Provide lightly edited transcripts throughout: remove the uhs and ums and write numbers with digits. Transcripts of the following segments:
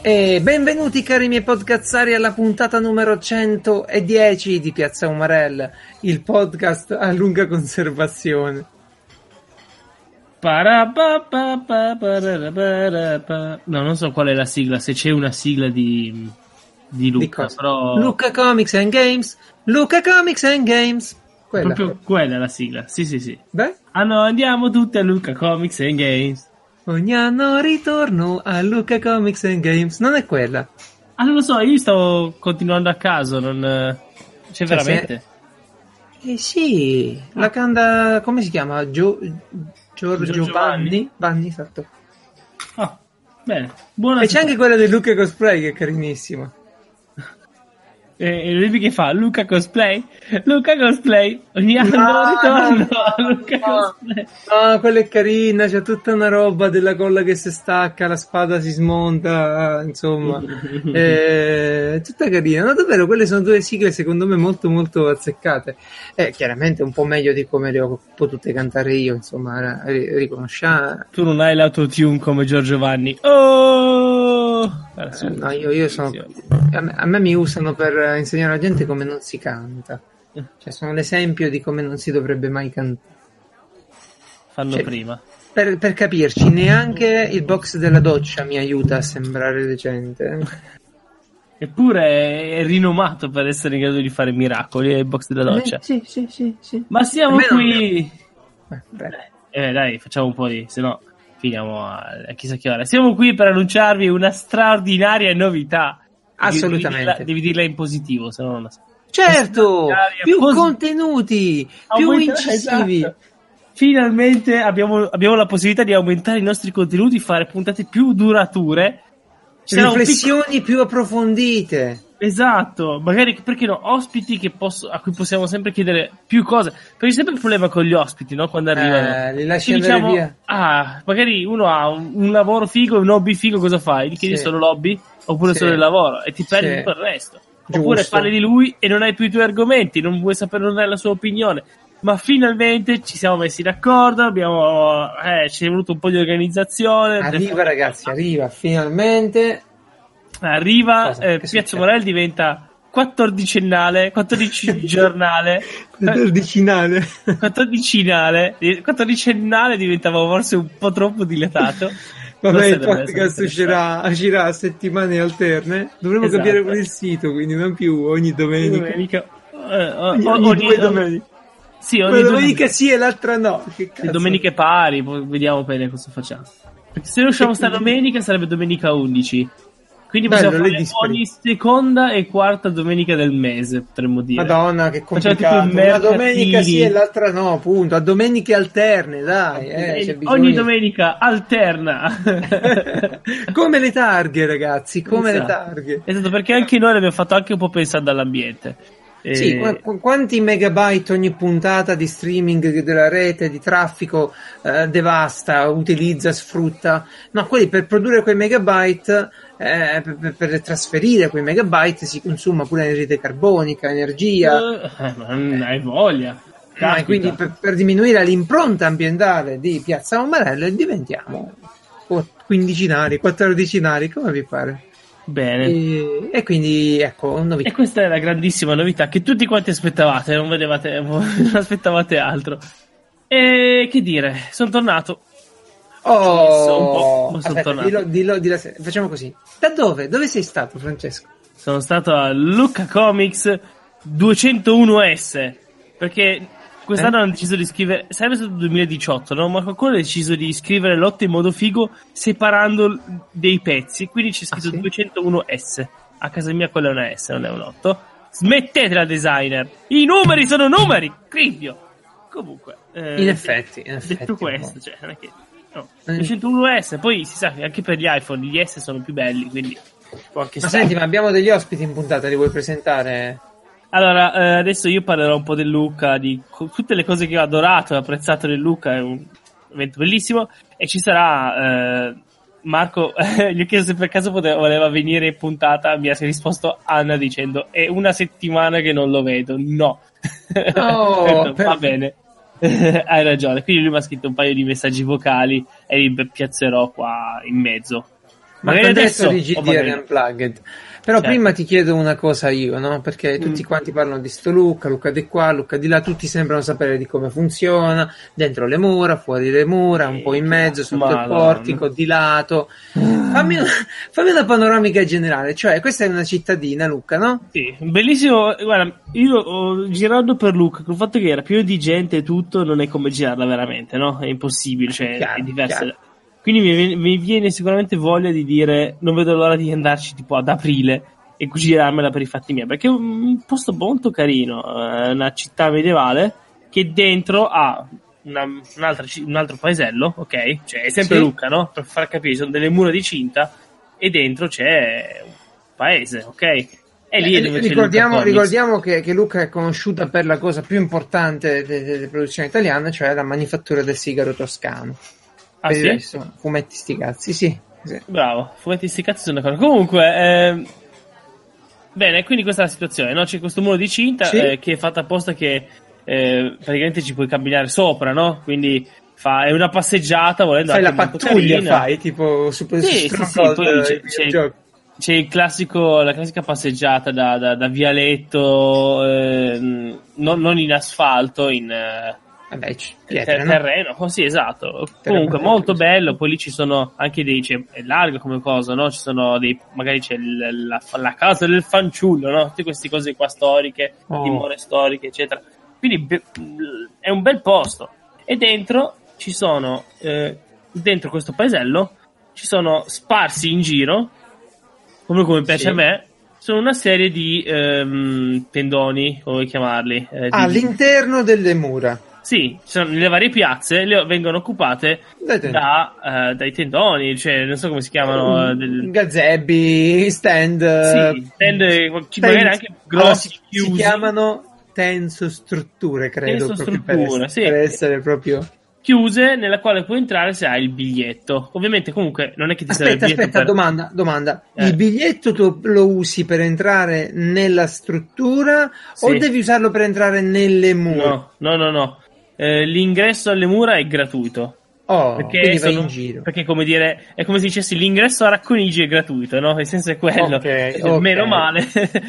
E benvenuti cari miei podcazzari alla puntata numero 110 di Piazza Umarell, il podcast a lunga conservazione. No, non so qual è la sigla, se c'è una sigla di Luca, però... Luca Comics and Games, Luca Comics and Games. Quella. Proprio quella è la sigla, sì. Beh? Andiamo tutti a Luca Comics and Games. Ogni anno ritorno a Luca Comics and Games. Non è quella? Ah, non lo so, io stavo continuando a caso, non... C'è veramente? Sì, la canta... come si chiama? Giorgio Vanni? Vanni, esatto. Ah, bene. Buona. E c'è anche quella di Luca Cosplay che è carinissima. E lui che fa Luca Cosplay ogni anno ritorno a Luca Cosplay. No, quella è carina, c'è tutta una roba della colla che si stacca, la spada si smonta, insomma è tutta carina. No, davvero, quelle sono due sigle secondo me molto molto azzeccate, chiaramente un po' meglio di come le ho potute cantare io, insomma, riconosciamo. Tu non hai l'autotune come Giorgio Vanni. No, io sono... a me mi usano per insegnare alla gente come non si canta, cioè sono l'esempio di come non si dovrebbe mai cantare. Fanno prima. Per capirci, neanche il box della doccia mi aiuta a sembrare decente. Eppure è rinomato per essere in grado di fare miracoli, il box della doccia. Sì. Ma siamo qui. Dai, facciamo un po' di, se no finiamo a chissà che ora. Siamo qui per annunciarvi una straordinaria novità. Assolutamente. Devi dirla in positivo, se no non la so. Certo, più contenuti, più incisivi. Esatto. Finalmente abbiamo la possibilità di aumentare i nostri contenuti, fare puntate più durature, riflessioni più approfondite. Esatto, magari, perché no, ospiti a cui possiamo sempre chiedere più cose, perché c'è sempre il problema con gli ospiti, no? Quando arrivano li lasci andare via. Magari uno ha un lavoro figo, un hobby figo, cosa fai? Gli chiedi solo l'hobby oppure solo il lavoro e ti perdi tutto il resto. Giusto. Oppure parli di lui e non hai più i tuoi argomenti, non vuoi sapere, non hai la sua opinione. Ma finalmente ci siamo messi d'accordo, ci è voluto un po' di organizzazione. Arriva ragazzi, arriva finalmente. Piazza Umarell diventa 14 giornale. 14ennale diventava forse un po' troppo dilatato. Vabbè, il podcast uscirà a settimane alterne. Dovremmo cambiare pure il sito, quindi non più ogni domenica. Ogni domenica. Sì, ogni domenica sì e l'altra no. Che cazzo? Le domeniche pari, vediamo bene cosa facciamo. Perché se riusciamo a stare domenica sarebbe domenica 11. Quindi possiamo fare ogni seconda e quarta domenica del mese, potremmo dire. Madonna, che complicato. Una domenica sì e l'altra no, appunto. A domeniche alterne, dai. Ogni domenica alterna. Come le targhe, ragazzi, le targhe. Esatto, perché anche noi l'abbiamo fatto anche un po' pensando all'ambiente. Sì, quanti megabyte ogni puntata di streaming della rete, di traffico devasta, utilizza, sfrutta? No, quelli per produrre quei megabyte, per trasferire quei megabyte si consuma pure anidride carbonica, energia. Non hai voglia. E quindi per diminuire l'impronta ambientale di Piazza Umarell diventiamo quindicinari, 14inari, come vi pare? Bene. E quindi ecco, novità. E questa è la grandissima novità che tutti quanti aspettavate, non aspettavate altro. E che dire, sono tornato. Dillo, facciamo così. Da dove? Dove sei stato, Francesco? Sono stato a Luca Comics 201S, perché quest'anno hanno deciso di scrivere, sarebbe stato 2018, no? Ma qualcuno ha deciso di scrivere l'otto in modo figo separando dei pezzi, quindi c'è scritto 201S. A casa mia quella è una S, non è un 8. Smettetela, designer! I numeri sono numeri! Cribio! Comunque, in effetti detto questo, cioè, non è che no. 201S, poi si sa che anche per gli iPhone gli S sono più belli, quindi può anche stare. Senti, ma abbiamo degli ospiti in puntata, li vuoi presentare? Allora, adesso io parlerò un po' del Luca, di tutte le cose che ho adorato e apprezzato del Luca, è un evento bellissimo, e ci sarà Marco, gli ho chiesto se per caso voleva venire in puntata, mi ha risposto Anna dicendo è una settimana che non lo vedo, no. Va bene, hai ragione, quindi lui mi ha scritto un paio di messaggi vocali e li piazzerò qua in mezzo. Magari adesso di GDR Unplugged. Però prima ti chiedo una cosa io, no? Perché tutti quanti parlano di sto Luca di qua, Luca di là, tutti sembrano sapere di come funziona, dentro le mura, fuori le mura, un po' in mezzo, sotto il portico, di lato. Fammi una panoramica generale, cioè questa è una cittadina, Lucca, no? Sì, bellissimo. Guarda, io ho girato per Lucca, col fatto che era pieno di gente e tutto, non è come girarla veramente, no? È impossibile, cioè Chiaro, è diverso. chiaro. Quindi mi viene sicuramente voglia di dire non vedo l'ora di andarci tipo ad aprile e girarmela per i fatti miei, perché è un posto molto carino, una città medievale che dentro ha un altro paesello, ok? Cioè è sempre Lucca, no? Per far capire, sono delle mura di cinta e dentro c'è un paese, ok? E lì è dove ricordiamo che Lucca è conosciuta per la cosa più importante delle produzioni italiane, cioè la manifattura del sigaro toscano. Ah, sì? Adesso, fumetti sti cazzi, sì. Bravo, fumetti sti cazzi sono d'accordo. Comunque, bene, quindi questa è la situazione, no? C'è questo muro di cinta che è fatto apposta che praticamente ci puoi camminare sopra, no? Quindi è una passeggiata, volendo. Fai la pattuglia, fai, tipo super sì, poi c'è la classica passeggiata da vialetto, non in asfalto, in terreno, no? Sì, esatto. Comunque molto bello. Poi lì ci sono anche è largo come cosa, no? Ci sono magari c'è la casa del fanciullo, no? Tutte queste cose qua storiche, dimore storiche, eccetera. Quindi è un bel posto. E dentro ci sono dentro questo paesello ci sono sparsi in giro, come piace a me, sono una serie di tendoni, come vuoi chiamarli, all'interno delle mura. Sì, sono le varie piazze vengono occupate dai tendoni, cioè non so come si chiamano, gazebbi, stand, magari anche grossi, chiusi. Si chiamano tensostrutture, credo, tensostrutture, per essere proprio chiuse, nella quale puoi entrare se hai il biglietto. Ovviamente comunque non è che ti serve il biglietto. Domanda. Il biglietto tu lo usi per entrare nella struttura o devi usarlo per entrare nelle mura? No. L'ingresso alle mura è gratuito. Perché vai in giro. Perché come dire, è come se dicessi l'ingresso a Racconigi è gratuito, no? Il senso è quello. Meno male.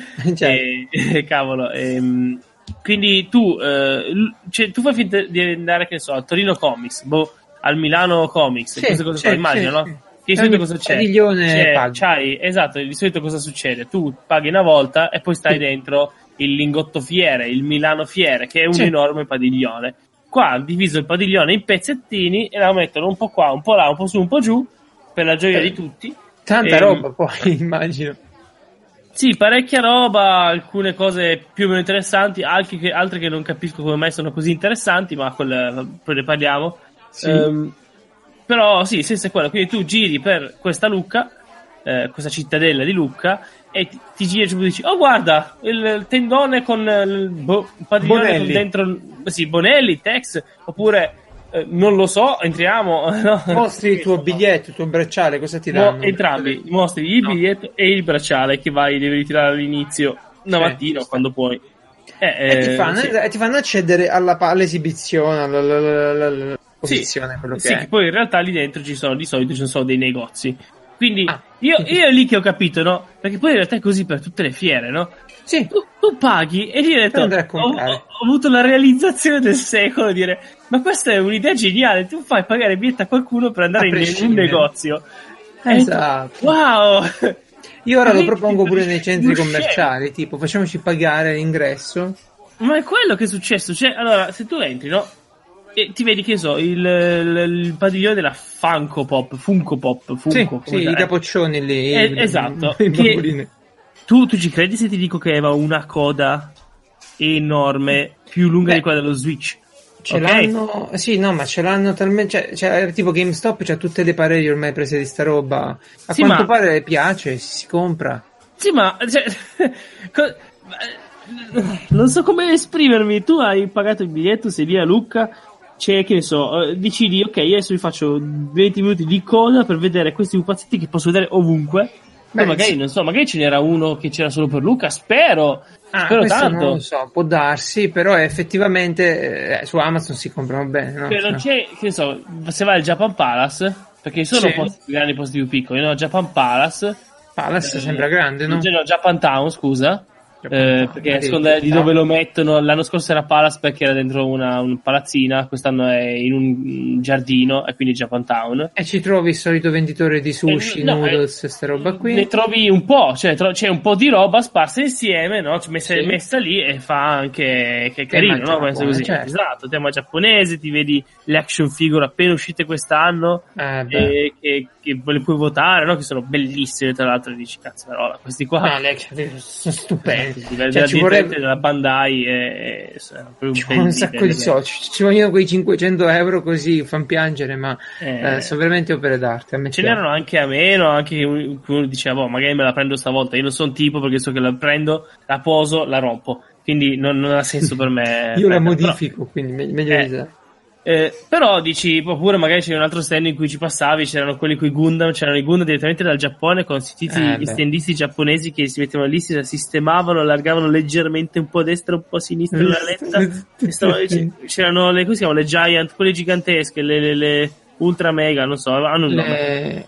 Cavolo. Quindi tu fai finta di andare, che ne so, al Torino Comics, al Milano Comics, queste cose qua, immagino, no? Che di solito cosa c'è? Esatto, di solito cosa succede? Tu paghi una volta e poi stai dentro il Lingotto Fiere, il Milano Fiere, che è un enorme padiglione. Qua hanno diviso il padiglione in pezzettini e la mettono un po' qua, un po' là, un po' su, un po' giù, per la gioia di tutti. Tanta roba poi, immagino. Sì, parecchia roba, alcune cose più o meno interessanti, altre che non capisco come mai sono così interessanti, ma poi ne parliamo. Sì. Però sì, il senso è quello, quindi tu giri per questa Lucca, questa cittadella di Lucca, e ti giri e dici, oh guarda, il tendone con il padiglione Bonelli. Con dentro, sì, Bonelli, Tex, oppure non lo so, entriamo. No? Mostri il tuo biglietto, il tuo bracciale, cosa ti danno? Entrambi, mostri il biglietto e il bracciale che devi ritirare all'inizio, una mattina o quando puoi. Ti fanno accedere all'esibizione, alla posizione, quello che è. Che poi in realtà lì dentro di solito ci sono dei negozi. Quindi io è lì che ho capito, no? Perché poi in realtà è così per tutte le fiere, no? Sì. Tu paghi e lì ho avuto la realizzazione del secolo di dire, ma questa è un'idea geniale, tu fai pagare biglietto a qualcuno per andare in un negozio. Esatto. Wow! Io ora lo propongo pure nei centri commerciali, tipo facciamoci pagare l'ingresso. Ma è quello che è successo, cioè, allora, se tu entri, no? E ti vedi, che so, il padiglione della Funko Pop, sì, i capoccioni lì. Esatto. Tu ci credi se ti dico che aveva una coda enorme, più lunga di quella dello Switch? Ce l'hanno, sì, no, ma ce l'hanno talmente, cioè tipo GameStop c'ha tutte le pareti ormai prese di sta roba. Quanto pare piace, si compra. Sì, ma non so come esprimermi. Tu hai pagato il biglietto, sei lì a Lucca, c'è, che ne so, decidi, ok, adesso vi faccio 20 minuti di coda per vedere questi pupazzetti che posso vedere ovunque. Poi magari, non so, magari ce n'era uno che c'era solo per Lucca, spero tanto. Non lo so, può darsi, però effettivamente su Amazon si comprano bene, no? Non c'è, che ne so, se vai al Japan Palace, perché sono Sì. posti più grandi e posti più piccoli, no? Japan Palace. Palace sembra grande, no? No, Japan Town, scusa. Japan Town, Perché a seconda di dove lo mettono, l'anno scorso era Palace perché era dentro un palazzina, quest'anno è in un giardino e quindi Japan Town. E ci trovi il solito venditore di sushi, No, noodles e sta roba qui. Ne trovi un po', cioè c'è un po' di roba sparsa insieme, no? Sì. Messa lì e fa anche che è carino, Tema no? Penso così. Giappone, certo. Esatto, tema giapponese, ti vedi le action figure appena uscite quest'anno Beh. che le puoi votare, no? Che sono bellissime, tra l'altro, e dici cazzo, però questi qua No, le sono stupendi. della Ci vorrebbe della Bandai ci vuole un sacco di soldi, ci vogliono quei 500 euro così fanno piangere, ma sono veramente opere d'arte. Ce n'erano anche a meno, anche uno diceva, boh, magari me la prendo stavolta. Io non sono tipo perché so che la prendo, la poso, la rompo. Quindi non ha senso per me. Io la modifico, quindi meglio di però dici, oppure magari c'è un altro stand in cui ci passavi, c'erano quelli con i Gundam, c'erano i Gundam direttamente dal Giappone con gli standisti giapponesi che si mettevano lì, si sistemavano, allargavano leggermente un po' a destra, un po' a sinistra la letta. C'erano le, come si chiamano, le Giant, quelle gigantesche, le Ultra Mega, non so, hanno un nome.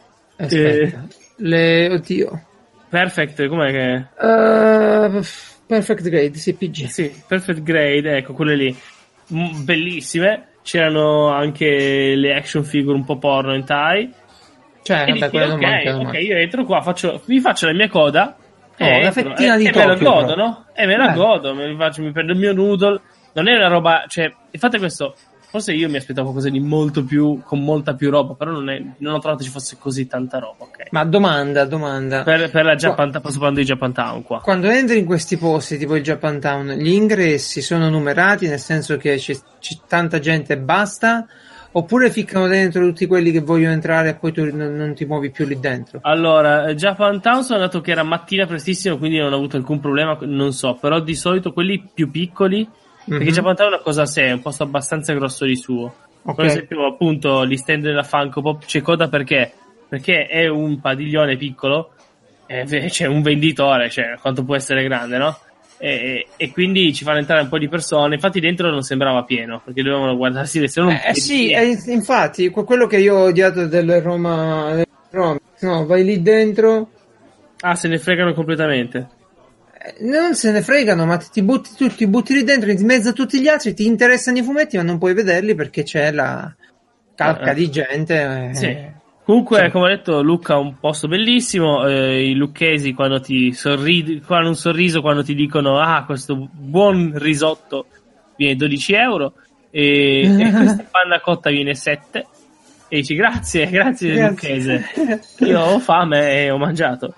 Oddio. Perfect, com'è che Perfect Grade, sì, PG. Sì, Perfect Grade, ecco, quelle lì. Bellissime. C'erano anche le action figure un po' porno hentai. Cioè, e vabbè, dici, ok, io entro qua, mi faccio la mia coda. La fettina di Tokyo. E me la godo, proprio. no? E me la godo, mi prendo il mio noodle. Non è una roba, cioè, fate questo. Forse io mi aspettavo qualcosa di molto più, con molta più roba, però non ho trovato ci fosse così tanta roba, ok? Ma domanda. Per la Japan, posso parlare di Japan Town qua. Quando entri in questi posti, tipo il Japan Town, gli ingressi sono numerati, nel senso che c'è tanta gente e basta, oppure ficcano dentro tutti quelli che vogliono entrare e poi tu non ti muovi più lì dentro? Allora, Japan Town sono andato che era mattina prestissimo, quindi non ho avuto alcun problema, non so, però di solito quelli più piccoli, perché Japan Town è una cosa a sé, è un posto abbastanza grosso di suo. Per esempio, appunto, gli stand della Funko Pop c'è coda perché è un padiglione piccolo, c'è un venditore, cioè quanto può essere grande, no? E quindi ci fanno entrare un po' di persone. Infatti dentro non sembrava pieno perché dovevano guardarsi le strade. Infatti quello che io ho odiato del Roma, no, vai lì dentro, se ne fregano completamente. Non se ne fregano, ma ti butti lì dentro in mezzo a tutti gli altri, ti interessano i fumetti ma non puoi vederli perché c'è la calca di gente. Sì. Comunque, come ho detto, Lucca è un posto bellissimo. I lucchesi quando ti fanno un sorriso quando ti dicono questo buon risotto viene 12 euro e questa panna cotta viene 7 e dici grazie lucchese, io ho fame e ho mangiato.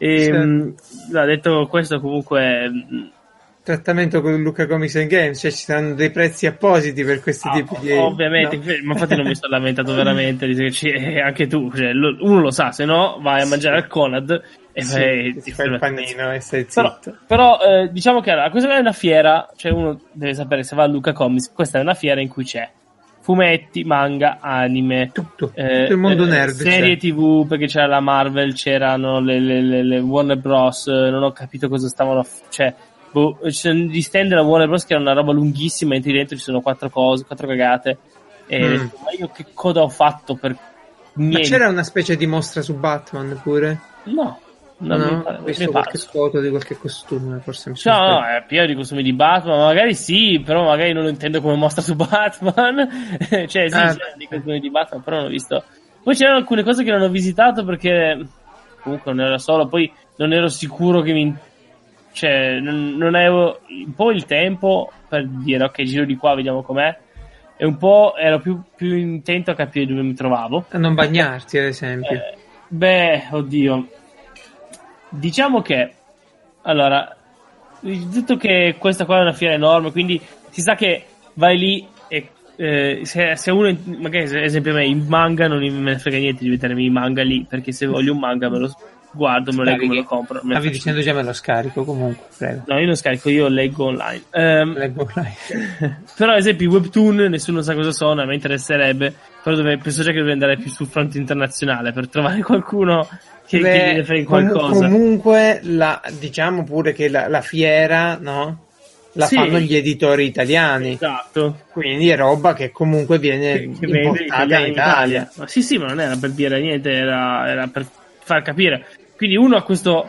Detto questo, comunque trattamento con Lucca Comics and Games, cioè ci saranno dei prezzi appositi per questi tipi di ovviamente, no? Ma infatti non mi sto lamentato veramente, anche tu, cioè, uno lo sa, se no vai a mangiare al Conad e ti fai il panino e stai zitto. Però diciamo che questa è una fiera, cioè uno deve sapere se va a Lucca Comics, questa è una fiera in cui c'è fumetti, manga, anime, tutto il mondo nerd, serie TV, perché c'era la Marvel, c'erano le Warner Bros, non ho capito cosa stavano cioè ci sono gli stand della Warner Bros che era una roba lunghissima, entri dentro ci sono 4 cagate ma io che coda ho fatto per niente. Ma c'era una specie di mostra su Batman pure? No, ho visto qualche foto di qualche costume, forse no, è pieno di costumi di Batman, magari sì, però magari non lo intendo come mostra su Batman. Cioè sì, c'erano dei costumi di Batman, però non ho visto. Poi c'erano alcune cose che non ho visitato perché comunque non era solo, poi non ero sicuro che cioè non avevo un po' il tempo per dire ok, giro di qua, vediamo com'è, e un po' ero più intento a capire dove mi trovavo, a non bagnarti ad esempio. Oddio, diciamo che allora, detto che questa qua è una fiera enorme, quindi si sa che vai lì e se uno magari ad esempio a me in manga non me ne frega niente di vedermi i manga lì, perché se voglio un manga me lo guardo, me lo leggo, me lo compro. Stavi dicendo già me lo scarico comunque, prego. No, io non scarico, io leggo online. Leggo online. Però ad esempio i webtoon nessuno sa cosa sono, a me interesserebbe, però penso già che dovrei andare più sul fronte internazionale per trovare qualcuno che ne frega qualcosa. Comunque diciamo pure che la fiera, no? la fanno gli editori italiani. Esatto. Quindi è roba che comunque viene importata in Italia. Ma sì, ma non era per dire niente, era per far capire. Quindi uno ha questo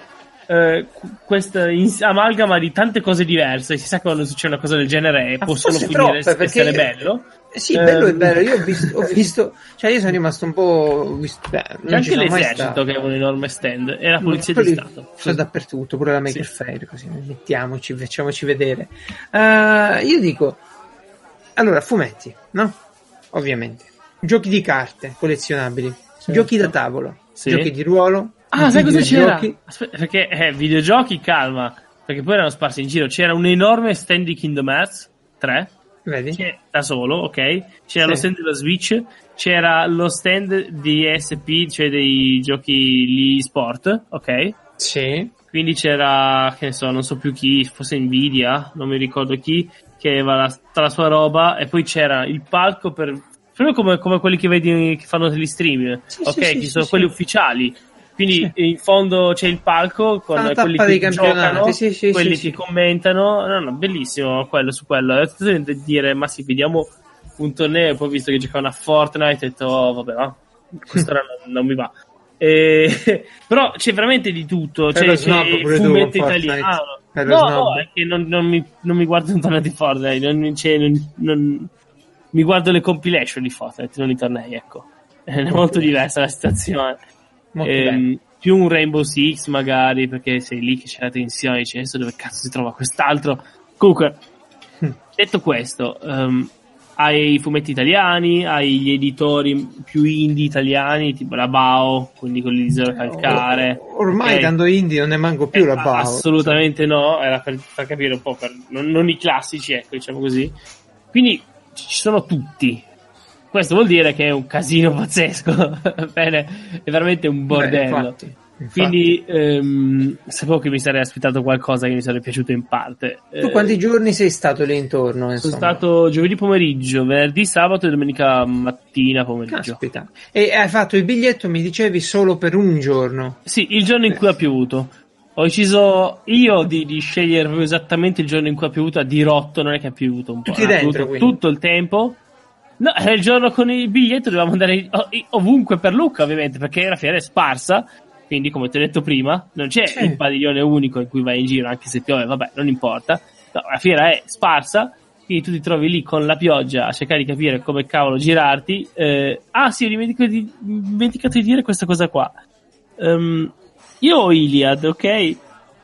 amalgama di tante cose diverse. Si sa che quando succede una cosa del genere può solo finire essere bello. Sì, bello è bello. Io ho visto, cioè io sono rimasto un po'. C'è anche l'esercito che è un enorme stand e la polizia di Stato. Sono dappertutto, pure la Maker Faire, così facciamoci vedere. Io dico, allora, fumetti, no? Ovviamente. Giochi di carte collezionabili, giochi da tavolo, giochi di ruolo. Ah, sai cosa c'era? Aspetta, perché videogiochi, calma, perché poi erano sparsi in giro. C'era un enorme stand di Kingdom Hearts 3. Vedi? Da solo, ok? C'era lo stand della Switch, c'era lo stand di ESP, cioè dei giochi lì sport, ok? Sì. Quindi c'era, che ne so, non so più chi, forse Nvidia, non mi ricordo chi, che aveva la sua roba, e poi c'era il palco proprio come quelli che vedi che fanno gli stream, ci sono quelli ufficiali. Quindi in fondo c'è il palco con quelli che giocano, quelli che commentano. No, bellissimo quello su quello. Ho tutto da dire, ma sì, vediamo un torneo. E poi visto che giocavano a Fortnite, ho detto, vabbè, no, questa non mi va. Però c'è veramente di tutto. C'è il fumetto italiano. No, è che non mi guardo un torneo di Fortnite. Non mi guardo le compilation di Fortnite, non i tornei, ecco. È molto diversa la situazione. Più un Rainbow Six magari, perché sei lì che c'è la tensione, dici adesso dove cazzo si trova quest'altro. Comunque, detto questo, hai i fumetti italiani, hai gli editori più indie italiani, tipo la Bao, quindi quelli di Zero Calcare. Ormai tanto indie non ne manco più la Bao. Assolutamente no, era per far capire un po', non i classici, ecco, diciamo così. Quindi ci sono tutti. Questo vuol dire che è un casino pazzesco. Bene, è veramente un bordello. Infatti. Quindi sapevo che mi sarei aspettato qualcosa che mi sarebbe piaciuto in parte. Tu quanti giorni sei stato lì intorno? Insomma? Sono stato giovedì pomeriggio, venerdì, sabato e domenica mattina pomeriggio. Caspita. E hai fatto il biglietto, mi dicevi, solo per un giorno? Sì, il giorno in cui ha piovuto. Ho deciso io di scegliere esattamente il giorno in cui ha piovuto a dirotto, non è che ha piovuto un po'. Tutti dentro, tutto il tempo. No, è il giorno con il biglietto, dovevamo andare ovunque per Lucca, ovviamente, perché la fiera è sparsa, quindi come ti ho detto prima, non c'è il padiglione unico in cui vai in giro, anche se piove, vabbè, non importa. No, la fiera è sparsa, quindi tu ti trovi lì con la pioggia a cercare di capire come cavolo girarti. Sì, ho dimenticato di dire questa cosa qua. Io ho Iliad, ok?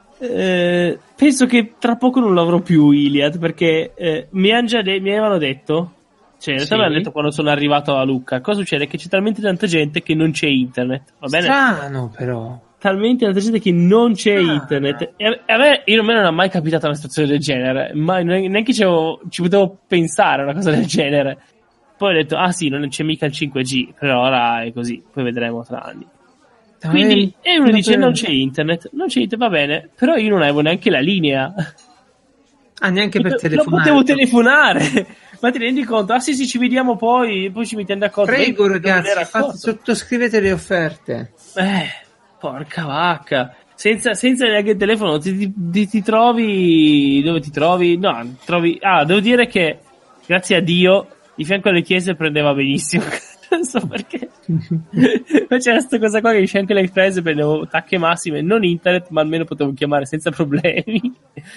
Penso che tra poco non l'avrò più Iliad, perché mi avevano detto, cioè in realtà mi hanno detto quando sono arrivato a Lucca, cosa succede? Che c'è talmente tanta gente che non c'è internet, va bene? Strano però. Talmente tanta gente che non c'è internet. E a me non è mai capitata una situazione del genere, ma neanche ci potevo pensare a una cosa del genere. Poi ho detto, sì, non c'è mica il 5G, per ora è così, poi vedremo tra anni. Quindi, e uno dice, non c'è internet, va bene, però io non avevo neanche la linea. Neanche per telefonare. Non potevo telefonare. Ma ti rendi conto? Sì, ci vediamo poi ci mettiamo d'accordo. Prego ragazzi, sottoscrivete le offerte. Porca vacca. Senza neanche il telefono ti trovi. Dove ti trovi? No, devo dire che grazie a Dio di fianco alle chiese prendeva benissimo. Non so perché. Ma c'era questa cosa qua che di fianco alle chiese prendevo tacche massime, non internet, ma almeno potevo chiamare senza problemi.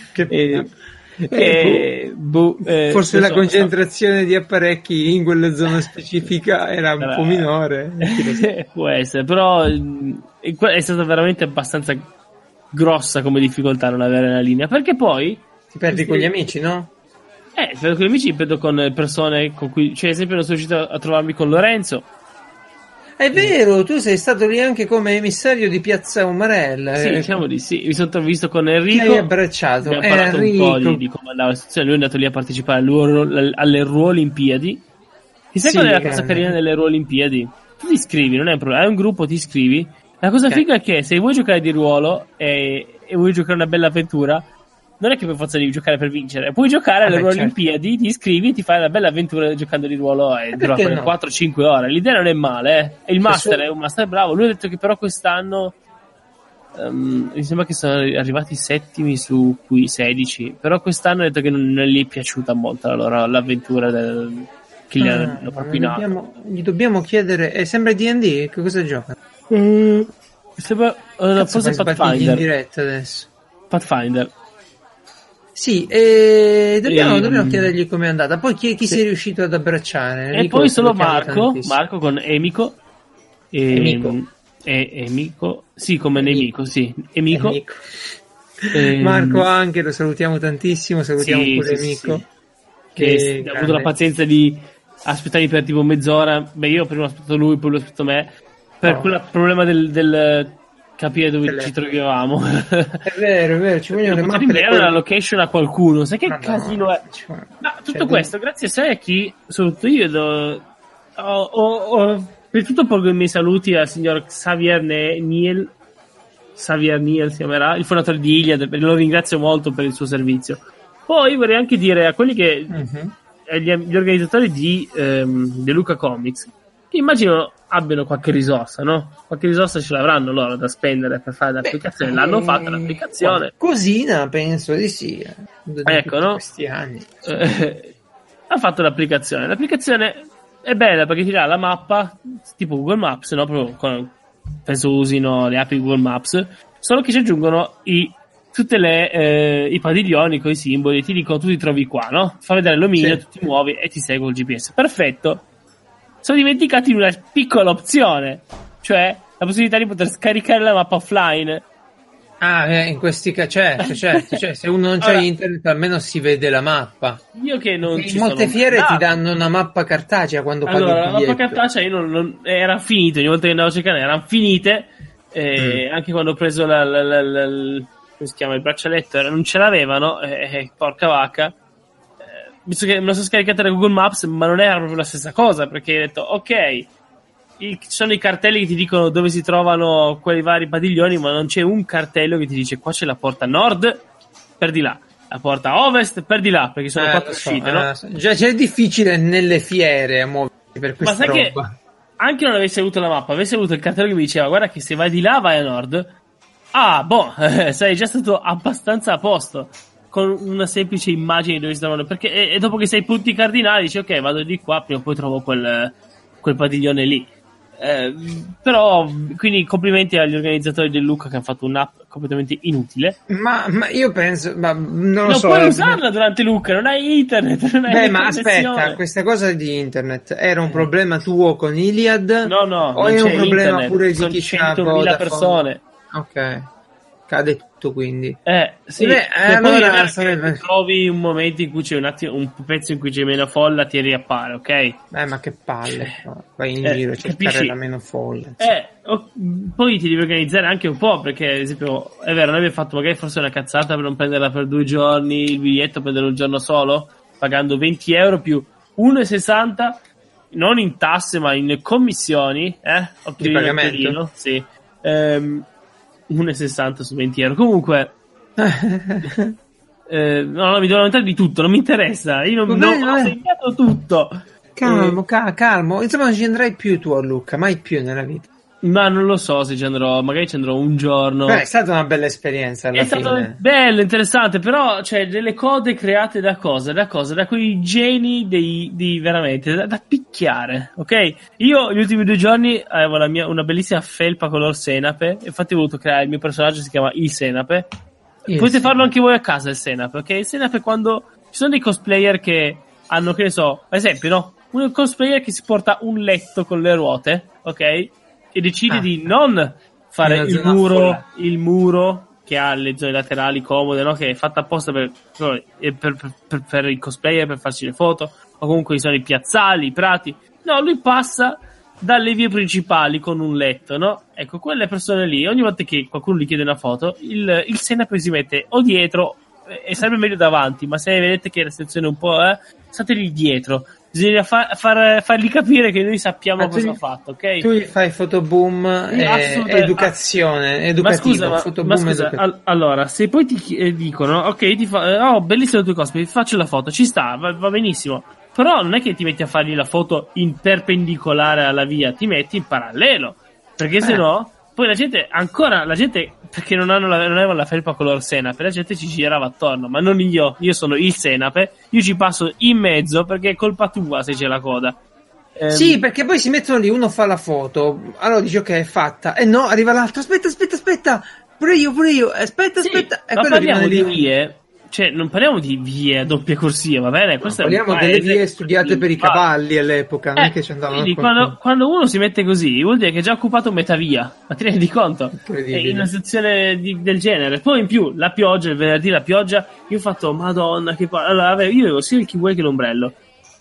Forse la concentrazione di apparecchi in quella zona specifica era un po' minore. Può essere, però è stata veramente abbastanza grossa come difficoltà non avere una linea, perché poi ti perdi con gli amici, no? Perdo con gli amici, perdo con persone con cui, cioè, esempio, non sono riuscito a trovarmi con Lorenzo. È vero, tu sei stato lì anche come emissario di Piazza Umarella. Sì, diciamo di sì. Mi sono visto con Enrico. Ti hai abbracciato. Abbiamo parlato Enrico. Un po' di come andava la situazione. Lui è andato lì a partecipare alle Ruolimpiadi. Ti sai qual è la cosa carina delle Ruolimpiadi? Tu ti iscrivi, non è un problema. Hai un gruppo, ti iscrivi. La cosa figa è che se vuoi giocare di ruolo e vuoi giocare una bella avventura, non è che per forza devi giocare per vincere, puoi giocare alle Olimpiadi, ti iscrivi e ti fai una bella avventura giocando di ruolo e dura 4-5 ore. L'idea non è male, E il master è un master bravo. Lui ha detto che però quest'anno mi sembra che sono arrivati settimi su cui 16, però quest'anno ha detto che non gli è piaciuta molto l'avventura che gli hanno propinato. Gli dobbiamo chiedere, sembra D&D, che cosa gioca? Sembra forse Pathfinder in diretta adesso. Pathfinder. Sì, dobbiamo chiedergli com'è andata. Poi chi si è riuscito ad abbracciare? E poi solo Marco con Emico. Emico, sì, come nemico, sì. Emico. Marco anche, lo salutiamo tantissimo, salutiamo pure Emico. Sì. Che ha avuto la pazienza di aspettarmi per tipo mezz'ora. Beh, io prima ho aspettato lui, poi lui ha aspettato me. Per quel problema del capire dove ci troviamo. È vero, ci vogliono le mappe. Inviare una location a qualcuno, sai che casino è? Ma tutto questo, grazie a sai a chi, soprattutto io, per tutto porgo i miei saluti al signor Xavier Niel si chiamerà, il fondatore di Iliad, lo ringrazio molto per il suo servizio. Poi vorrei anche dire a quelli che gli organizzatori di De Luca Comics, che immagino abbiano qualche risorsa, no? Qualche risorsa ce l'avranno loro da spendere per fare l'applicazione. L'hanno fatta l'applicazione. Cosina, penso di sì. Ecco, no? Questi anni. Ha fatto l'applicazione. L'applicazione è bella perché ti dà la mappa tipo Google Maps, no? Proprio penso usino le app di Google Maps, solo che ci aggiungono tutte i padiglioni con i simboli, ti dicono tu ti trovi qua, no? Fa vedere l'omino, tu ti muovi e ti segue il GPS. Perfetto. Sono dimenticati di una piccola opzione, cioè la possibilità di poter scaricare la mappa offline. In questi casi, certo, se uno non c'ha internet almeno si vede la mappa. Io che non in molte fiere ti danno una mappa cartacea quando paghi il biglietto. La mappa cartacea io non era finita, ogni volta che andavo a cercare erano finite, anche quando ho preso come si chiama, il braccialetto non ce l'avevano, porca vacca. Visto che me la sono scaricata da Google Maps, ma non era proprio la stessa cosa, perché ho detto ok, ci sono i cartelli che ti dicono dove si trovano quei vari padiglioni, ma non c'è un cartello che ti dice qua c'è la porta nord, per di là, la porta ovest, per di là, perché sono 4 uscite, no? Già c'è difficile nelle fiere a muoversi per questa roba. Ma sai che anche non avessi avuto la mappa, avessi avuto il cartello che mi diceva guarda che se vai di là vai a nord, sei già stato abbastanza a posto con una semplice immagine dove si trovano, perché e dopo che sei i punti cardinali dici ok, vado di qua, prima o poi trovo quel padiglione lì. Però quindi complimenti agli organizzatori del Luca che hanno fatto un'app completamente inutile. Ma io penso, non so, puoi usarla durante Luca, non hai internet, non hai ma aspetta, questa cosa di internet era un problema tuo con Iliad? No, o è un problema internet. pure di sono chi 100.000 persone. Ok, cade tutto quindi. Sì. Allora trovi un momento in cui c'è un pezzo in cui c'è meno folla, ti riappare, ok? Ma che palle, vai in giro a cercare la meno folla. Poi ti devi organizzare anche un po', perché ad esempio è vero, noi abbiamo fatto magari forse una cazzata per non prenderla per 2 giorni, il biglietto prenderlo un giorno solo, pagando 20 euro più 1,60 non in tasse ma in commissioni, di pagamento? Sì. 1,60 su 20 euro. Comunque no, mi devo lamentare di tutto, non mi interessa. Io non ho segnato tutto. Calmo. Insomma, non ci andrai più tu a Lucca, mai più nella vita. Ma non lo so se ci andrò, magari ci andrò un giorno. È stata una bella esperienza alla fine. È stato bello, interessante, però c'è delle code create da cosa? Da quei geni di veramente da picchiare, ok? Io gli ultimi 2 giorni avevo una bellissima felpa color senape, infatti ho voluto creare il mio personaggio, si chiama il Senape. Potete farlo anche voi a casa il Senape, ok? Il Senape quando ci sono dei cosplayer che hanno, che ne so, ad esempio, no? Un cosplayer che si porta un letto con le ruote, ok? E decide di non fare il muro che ha le zone laterali comode, no? Che è fatta apposta per i cosplayer, per farci le foto, o comunque sono i piazzali, i prati. No, lui passa dalle vie principali con un letto, no? Ecco, quelle persone lì, ogni volta che qualcuno gli chiede una foto, il Senape si mette o dietro, e sarebbe meglio davanti, ma se vedete che la situazione è un po', stateli dietro. Bisogna fargli capire che noi sappiamo cosa ha fatto, ok? Tu gli fai fotoboom educazione, educativo. Ma scusa, allora, se poi ti dicono, ok, ti fa, bellissimo il tuo cosplay, faccio la foto, ci sta, va benissimo. Però non è che ti metti a fargli la foto in perpendicolare alla via, ti metti in parallelo. Perché se no Poi la gente, perché non avevano la felpa color senape, la gente ci girava attorno, ma non io sono il senape, io ci passo in mezzo perché è colpa tua se c'è la coda. Sì, perché poi si mettono lì, uno fa la foto, allora dici ok, è fatta, e no, arriva l'altro, aspetta, pure io, aspetta, e ma quello parliamo di lì. vie, cioè non parliamo di vie a doppia corsia, va bene? Questo Parliamo delle vie studiate per i cavalli all'epoca, non è che ci andavano. Quindi quando uno si mette così, vuol dire che ha già occupato metà via, ma ti rendi conto? È in una situazione del genere. Poi in più, la pioggia, il venerdì la pioggia, io ho fatto, madonna, allora, io avevo sia il kiwi che l'ombrello.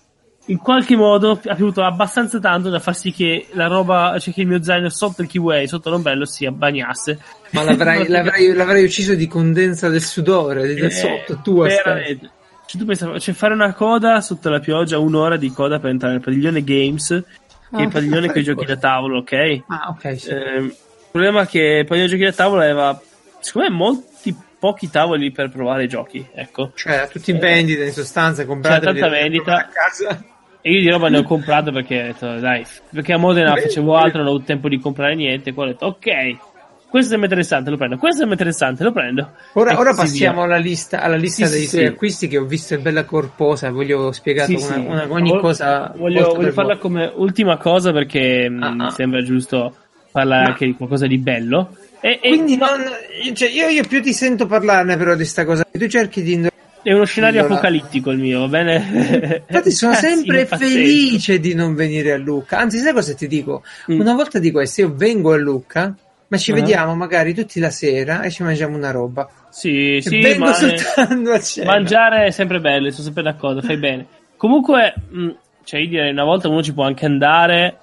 In qualche modo ha piovuto abbastanza tanto da far sì che la roba, cioè che il mio zaino sotto il kiwi, sotto l'ombrello, si bagnasse. Ma l'avrai ucciso di condensa del sudore, del sotto, tua veramente. Cioè, tu pensavi, fare una coda sotto la pioggia, 1 ora di coda per entrare nel padiglione Games, che è il padiglione con i giochi da tavolo, ok? Ah, ok, sì. Il problema è che il padiglione giochi da tavolo aveva, secondo me, pochi tavoli per provare i giochi, ecco. Cioè, tutti in vendita, in sostanza, comprate. C'è tanta vendita a casa. E io di roba ne ho comprato perché ho detto, dai, perché a Modena facevo altro, non ho avuto tempo di comprare niente, poi ho detto, ok, questo è interessante, lo prendo, questo è interessante, lo prendo. Ora passiamo alla lista dei tuoi acquisti, che ho visto è bella corposa, voglio spiegare ogni cosa. Voglio farla come ultima cosa perché mi sembra giusto parlare anche di qualcosa di bello. Quindi cioè io più ti sento parlarne però di sta cosa, tu cerchi di è uno scenario apocalittico il mio, va bene? Infatti sono sempre felice di non venire a Lucca. Anzi, sai cosa ti dico? Una volta di questo io vengo a Lucca, ma ci vediamo magari tutti la sera e ci mangiamo una roba. Sì, vengo soltanto a cena. Mangiare è sempre bello, sono sempre d'accordo, fai bene. Comunque, cioè io direi una volta uno ci può anche andare,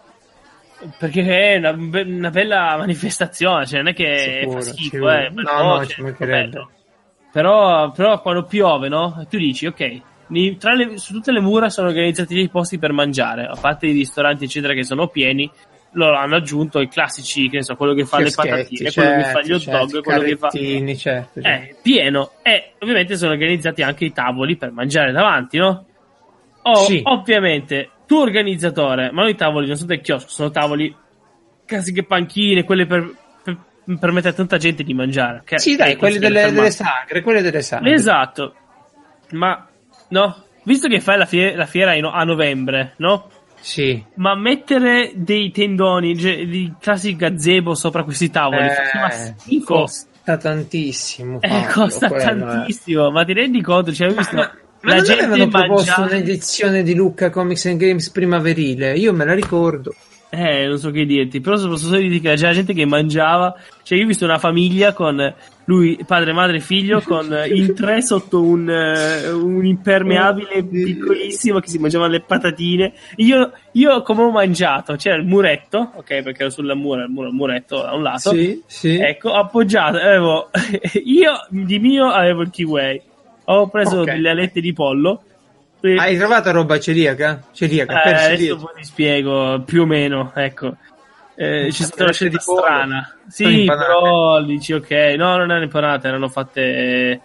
perché è una bella manifestazione, cioè non è che fa schifo, no, ci mancherebbe. Però quando piove, no? Tu dici, ok, su tutte le mura sono organizzati dei posti per mangiare, a parte i ristoranti eccetera che sono pieni, loro hanno aggiunto i classici, che ne so, quello che fa le patatine, quello che fa gli hot dog, quello che fa certo. Pieno, e ovviamente sono organizzati anche i tavoli per mangiare davanti, no? Ovviamente tu organizzatore, ma non i tavoli non sono del chiosco, sono tavoli classiche panchine, quelle per permette a tanta gente di mangiare. Sì, dai, quelli delle sagre. Esatto. Ma, no, visto che fai la fiera a novembre, no? Sì. Ma mettere dei tendoni, di classici gazebo sopra questi tavoli costa tantissimo. Costa tantissimo, ma ti rendi conto? Cioè, ho visto... Ma non avevano proposto un'edizione di Lucca Comics and Games primaverile? Io me la ricordo. Non so che dirti, però posso solo dire che c'era gente che mangiava, cioè io ho visto una famiglia con lui, padre, madre e figlio, con in 3 sotto un impermeabile piccolissimo che si mangiava le patatine. Io come ho mangiato, c'era il muretto, ok, perché ero sulla mura, il muretto da un lato, sì. Ecco, appoggiato, io di mio avevo il kiwi, ho preso delle alette di pollo. Hai trovato roba celiaca? Adesso poi ti spiego, più o meno, ecco. C'è stata una scelta strana. Sì, però dici ok, no, non erano impanate, erano fatte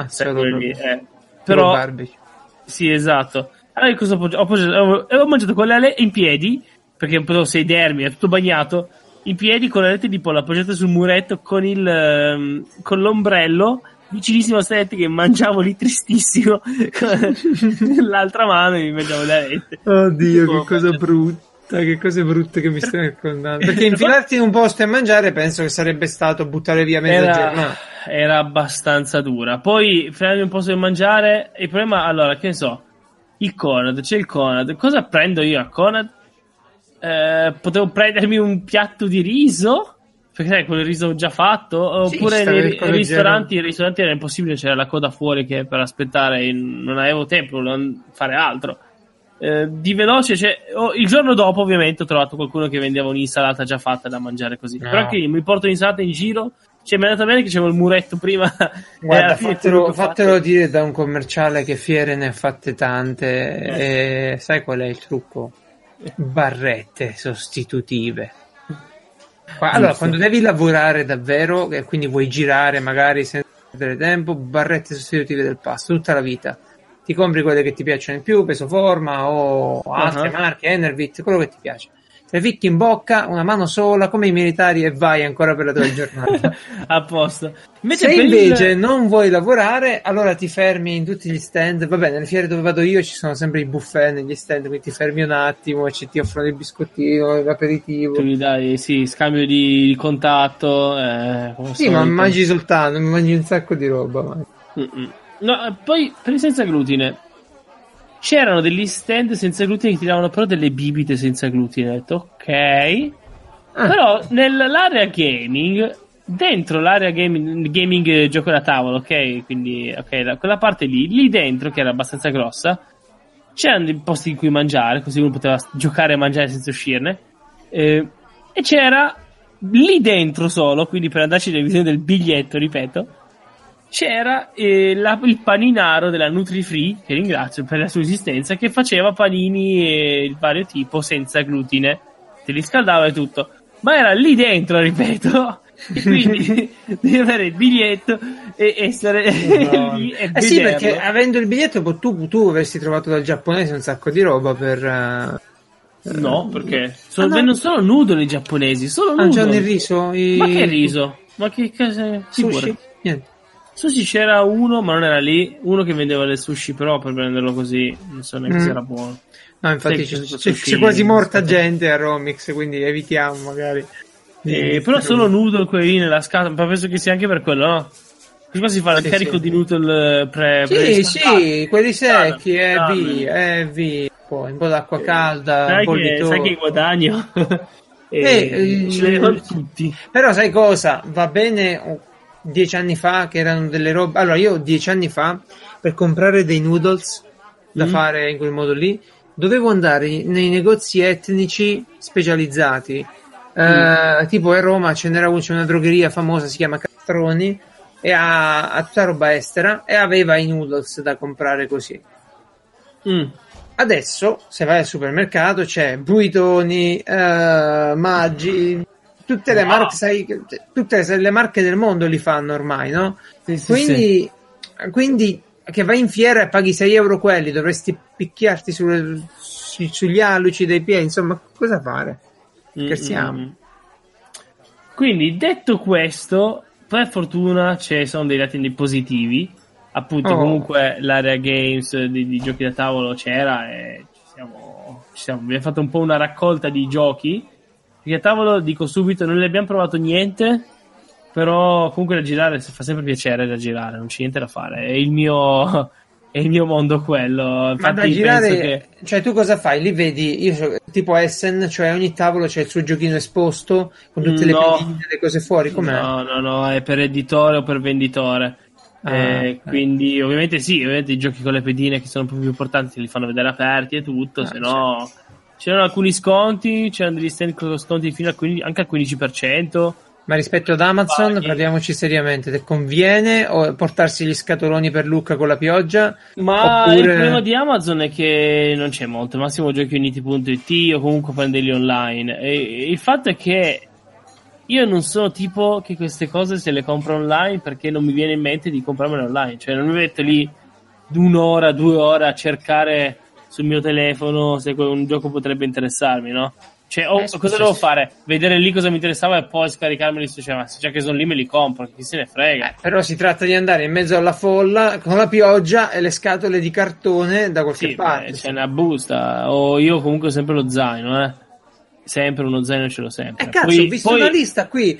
però barbecue. Sì, esatto. Allora cosa ho mangiato con le alette in piedi, perché un po' sedermi, è tutto bagnato, in piedi con le alette di pollo appoggiate sul muretto con l'ombrello vicinissimo a Sette, che mangiavo lì tristissimo con l'altra mano mi mangiavo le alette. Oddio, che cosa brutta, che cose brutte che mi stai raccontando, perché infilarti in un posto e mangiare penso che sarebbe stato buttare via mezza giornata. Era abbastanza dura. Poi infilarmi in un posto per mangiare, il problema, allora, che ne so, c'è il Conad, cosa prendo io a Conad? Potevo prendermi un piatto di riso, perché sai, quel riso già fatto, oppure nei ristoranti era impossibile, c'era la coda fuori che per aspettare, non avevo tempo di fare altro. Di veloce, il giorno dopo ovviamente ho trovato qualcuno che vendeva un'insalata già fatta da mangiare così. No. Però che mi porto l'insalata in giro, mi è andata bene che c'avevo il muretto prima. Guarda, fatelo dire da un commerciale che fiere ne ha fatte tante, e sai qual è il trucco? Barrette sostitutive. Allora, quando devi lavorare davvero e quindi vuoi girare magari senza perdere tempo, barrette sostitutive del pasto tutta la vita. Ti compri quelle che ti piacciono di più, Peso Forma o altre marche, Enervit, quello che ti piace. tre ficchi in bocca, una mano sola, come i militari, e vai ancora per la tua giornata. A posto. Invece Se invece non vuoi lavorare, allora ti fermi in tutti gli stand. Vabbè, nelle fiere dove vado io ci sono sempre i buffet negli stand, quindi ti fermi un attimo e ti offrono il biscottino, l'aperitivo. Tu mi dai, sì, scambio di contatto. Sì, ma mangi soltanto, mangi un sacco di roba. No, poi per il senza glutine c'erano degli stand senza glutine che ti davano però delle bibite senza glutine. Ho detto ok, però nell'area gaming, dentro l'area gaming gioco da tavolo, ok, quindi ok, quella parte lì dentro, che era abbastanza grossa, c'erano dei posti in cui mangiare, così uno poteva giocare e mangiare senza uscirne, e c'era lì dentro solo, quindi per andarci nel bisogno del biglietto, ripeto, c'era il paninaro della Nutri-Free, che ringrazio per la sua esistenza, che faceva panini di vario tipo senza glutine, te li scaldava e tutto, ma era lì dentro, ripeto, e quindi devi avere il biglietto e essere lì e vederlo. Sì, perché avendo il biglietto tu avresti trovato dal giapponese un sacco di roba per... No, perché non sono noodle i giapponesi, solo noodle. C'hanno il riso? Ma che riso? Ma che cosa? Sushi? Niente. Sushi c'era uno, ma non era lì. Uno che vendeva le sushi, però per prenderlo così non so neanche se era buono. No, infatti c'è quasi morta gente a Romix, quindi evitiamo magari. Però solo noodle quelli nella scatola, ma penso che sia anche per quello, no? Prima si fa il carico di noodle Sì, quelli secchi, via. Poi un po' d'acqua calda, un po' di sai che guadagno? Ce le danno tutti. Però sai cosa? Va bene 10 anni fa che erano delle robe. Allora, io 10 anni fa per comprare dei noodles da fare in quel modo lì dovevo andare nei negozi etnici specializzati. Tipo a Roma c'è una drogheria famosa, si chiama Castroni, e ha tutta roba estera e aveva i noodles da comprare così. Adesso se vai al supermercato c'è Buitoni, Maggi, tutte le marche, sai, tutte le marche del mondo li fanno ormai, no? Quindi che vai in fiera e paghi 6 euro quelli, dovresti picchiarti sugli alluci dei piedi, insomma, cosa fare? Scherziamo. Quindi, detto questo, per fortuna sono dei dati positivi. Appunto, comunque l'area games di giochi da tavolo c'era e abbiamo fatto un po' una raccolta di giochi. Giochi da tavolo, dico subito, non ne abbiamo provato niente, però comunque da girare fa sempre piacere da girare, non c'è niente da fare. È il mio mondo quello. Infatti, ma da girare, penso che... cioè tu cosa fai? Lì vedi, tipo Essen, cioè ogni tavolo c'è il suo giochino esposto con tutte le pedine, le cose fuori, com'è? No, è per editore o per venditore. Quindi ovviamente i giochi con le pedine che sono un po' più importanti li fanno vedere aperti e tutto, se no c'erano alcuni sconti, c'erano degli stand con sconti fino anche al 15%. Ma rispetto ad Amazon, parliamoci seriamente, ti conviene portarsi gli scatoloni per Lucca con la pioggia? Ma oppure... il problema di Amazon è che non c'è molto, al massimo giochiuniti.it o comunque prenderli online, e il fatto è che io non sono tipo che queste cose se le compro online perché non mi viene in mente di comprarmele online, cioè non mi metto lì 1 ora, 2 ore a cercare sul mio telefono se un gioco potrebbe interessarmi, no? Cioè, cosa devo fare? Vedere lì cosa mi interessava e poi scaricarmeli su, cioè, ma già che sono lì me li compro, chi se ne frega. Però si tratta di andare in mezzo alla folla con la pioggia e le scatole di cartone da qualche parte. C'è una busta, o io comunque ho sempre lo zaino, sempre uno zaino ce l'ho sempre. Cazzo, ho visto una lista qui,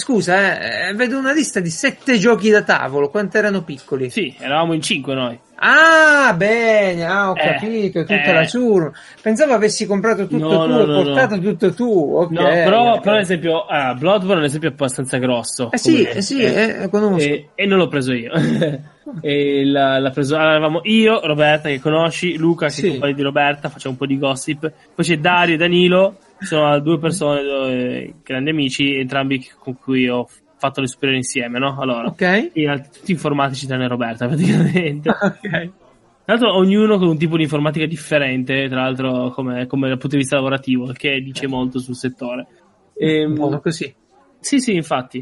vedo una lista di 7 giochi da tavolo, quanto erano piccoli? Sì, eravamo in 5 noi. Ah, bene, ho capito, tutta la ciurma. Pensavo avessi comprato tutto portato tutto tu. Okay, no, però ad esempio, Bloodborne è un esempio abbastanza grosso. Conosco. E non l'ho preso io. E l'ha preso, eravamo io, Roberta che conosci, Luca che è compagno di Roberta, facciamo un po' di gossip. Poi c'è Dario e Danilo, sono 2 persone, grandi amici, entrambi con cui ho fatto le superiori insieme, no? Allora, tutti informatici tranne Roberta praticamente. Tra l'altro ognuno con un tipo di informatica differente, tra l'altro come dal punto di vista lavorativo, che dice molto sul settore. Buono così. Sì, infatti.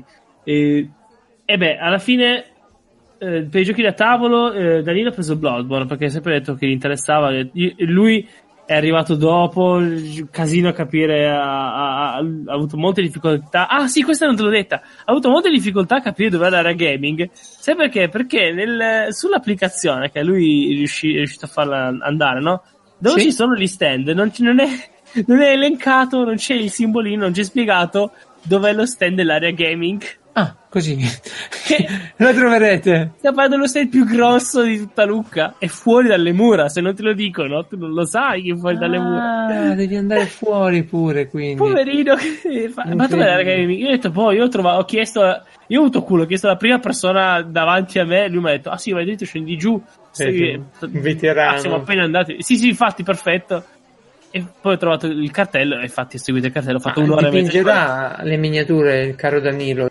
Alla fine per i giochi da tavolo Danilo ha preso Bloodborne perché ha sempre detto che gli interessava. Lui è arrivato dopo, casino a capire, ha avuto molte difficoltà. Ah sì, questa non te l'ho detta. Ha avuto molte difficoltà a capire dov'è l'area gaming. Sai perché? Perché sull'applicazione che lui è riuscito a farla andare, no? Dove ci sono gli stand, non è elencato, non c'è il simbolino, non c'è spiegato dov'è lo stand dell'area gaming. Ah, così. Lo troverete. Stiamo parlando dello stand più grosso di tutta Lucca. È fuori dalle mura, se non te lo dicono, tu non lo sai che è fuori dalle mura. Ah, devi andare fuori pure, quindi. Poverino, ma dov'è l'area gaming? Io ho detto, poi io ho chiesto, io ho avuto culo, ho chiesto alla prima persona davanti a me, lui mi ha detto, ah sì, vai dentro, scendi giù. Veterano. Siamo appena andati. Sì, infatti, perfetto. E poi ho trovato il cartello, e infatti ho seguito il cartello, ho fatto un'ora e mezza. Dipingerà le miniature il caro Danilo.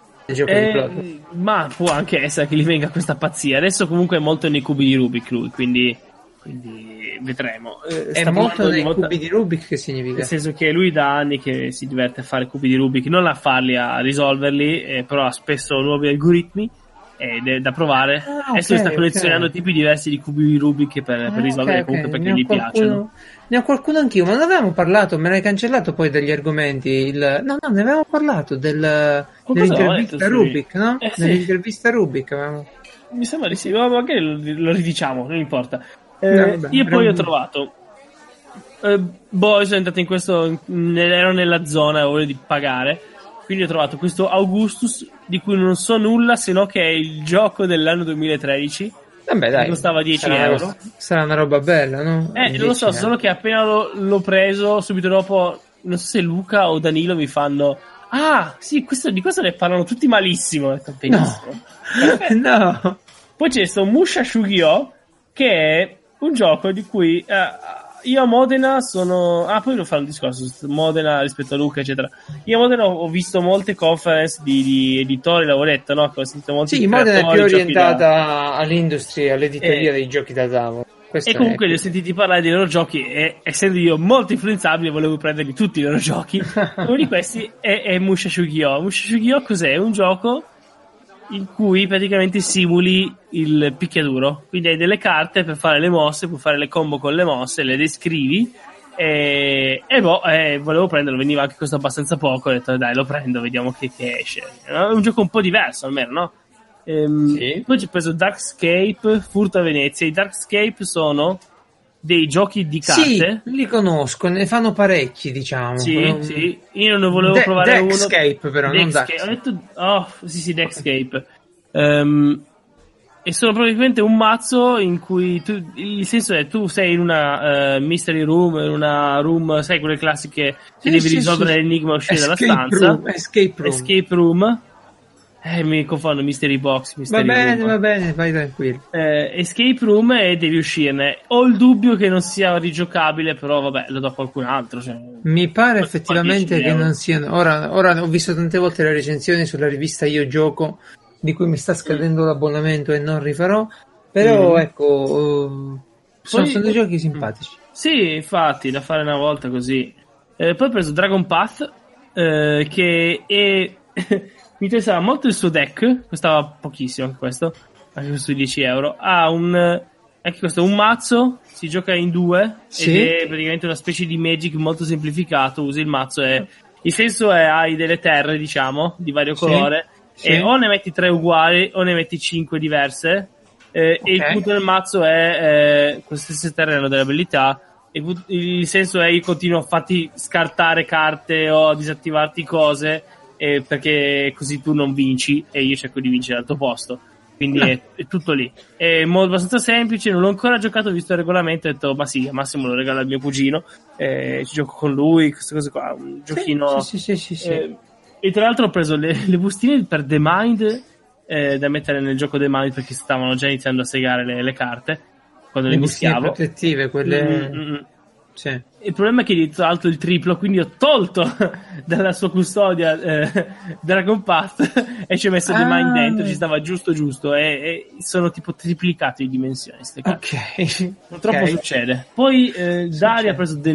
Ma può anche essere che gli venga questa pazzia. Adesso comunque è molto nei cubi di Rubik lui, quindi vedremo. È molto nei cubi di Rubik, che significa? Nel senso che lui da anni che si diverte a fare cubi di Rubik, non a farli, a risolverli, però ha spesso nuovi algoritmi ed è da provare. Adesso sta collezionando tipi diversi di cubi di Rubik per risolvere comunque perché gli piacciono. Ne ho qualcuno anch'io, ma non avevamo parlato, me l'hai cancellato poi dagli argomenti. No, ne avevamo parlato dell'intervista Rubik, no? Nell'intervista Rubik avevamo... Mi sembra di sì, ma magari lo ridiciamo, non importa. Io poi ho trovato sono entrato in questo, ero nella zona, voglio di pagare, quindi ho trovato questo Augustus di cui non so nulla se no che è il gioco dell'anno 2013. Vabbè, dai, costava 10 euro. Sarà una roba bella, no? Non lo so, solo che appena l'ho preso, subito dopo, non so se Luca o Danilo mi fanno: ah, sì, di questo ne parlano tutti malissimo. Ho detto, benissimo. No. Poi c'è sto Musha Shugyo, che è un gioco di cui io a Modena sono... Ah, poi lo fa un discorso su Modena rispetto a Luca, eccetera. Io a Modena ho visto molte conference di editori, lavoretto, no? Ho sentito molti Modena è più orientata all'industria, all'editoria dei giochi da tavolo. E comunque li ho sentiti parlare dei loro giochi e essendo io molto influenzabile volevo prenderli tutti i loro giochi. Uno di questi è Musha Shugyo. Musha Shugyo cos'è? È un gioco in cui praticamente simuli il picchiaduro, quindi hai delle carte per fare le mosse, puoi fare le combo con le mosse, le descrivi volevo prenderlo, veniva anche questo abbastanza poco, ho detto dai lo prendo, vediamo che esce. È un gioco un po' diverso almeno, no? Sì. Poi ci ho preso Darkscape, Furto a Venezia. I Darkscape sono dei giochi di carte. Sì, li conosco, ne fanno parecchi, diciamo. Sì, io non volevo provare uno. Darkscape però, non Darkscape. Ho detto, Darkscape. E sono praticamente un mazzo in cui il senso è tu sei in una mystery room, in una room, sai, quelle classiche che devi risolvere l'enigma e uscire dalla stanza. Escape room. Mi confondo, Mystery Box, Va bene, vai tranquillo. Escape room e devi uscirne. Ho il dubbio che non sia rigiocabile, però vabbè, lo do a qualcun altro. Cioè, mi pare effettivamente che non siano. Ora ho visto tante volte le recensioni sulla rivista Io Gioco, di cui mi sta scadendo l'abbonamento e non rifarò. Però ecco, sono dei giochi simpatici. Sì, infatti, da fare una volta così. Poi ho preso Dragon Path, che è... Mi interessava molto il suo deck, costava pochissimo anche questo sui 10 euro. Ha anche questo un mazzo, si gioca in due, ed è praticamente una specie di Magic molto semplificato. Usi il mazzo e il senso è hai delle terre, diciamo, di vario colore, e o ne metti 3 uguali o ne metti 5 diverse, e il punto del mazzo è queste stesse terre hanno delle abilità. E il senso è io continuo a farti scartare carte o a disattivarti cose, perché così tu non vinci e io cerco di vincere al tuo posto, quindi è tutto lì, è abbastanza semplice. Non l'ho ancora giocato, ho visto il regolamento, ho detto ma sì, al massimo lo regalo al mio cugino, ci gioco con lui, queste cose qua, un giochino. Sì. E tra l'altro ho preso le bustine per The Mind, da mettere nel gioco The Mind, perché stavano già iniziando a segare le carte quando le mischiavo, protettive quelle. Sì. Il problema è che gli ho tolto il triplo, quindi ho tolto dalla sua custodia Dragon Path e ci ho messo The Mind dentro, ci stava giusto e sono tipo triplicate di dimensioni queste carte. Ok. Purtroppo succede. Poi Daria ha preso The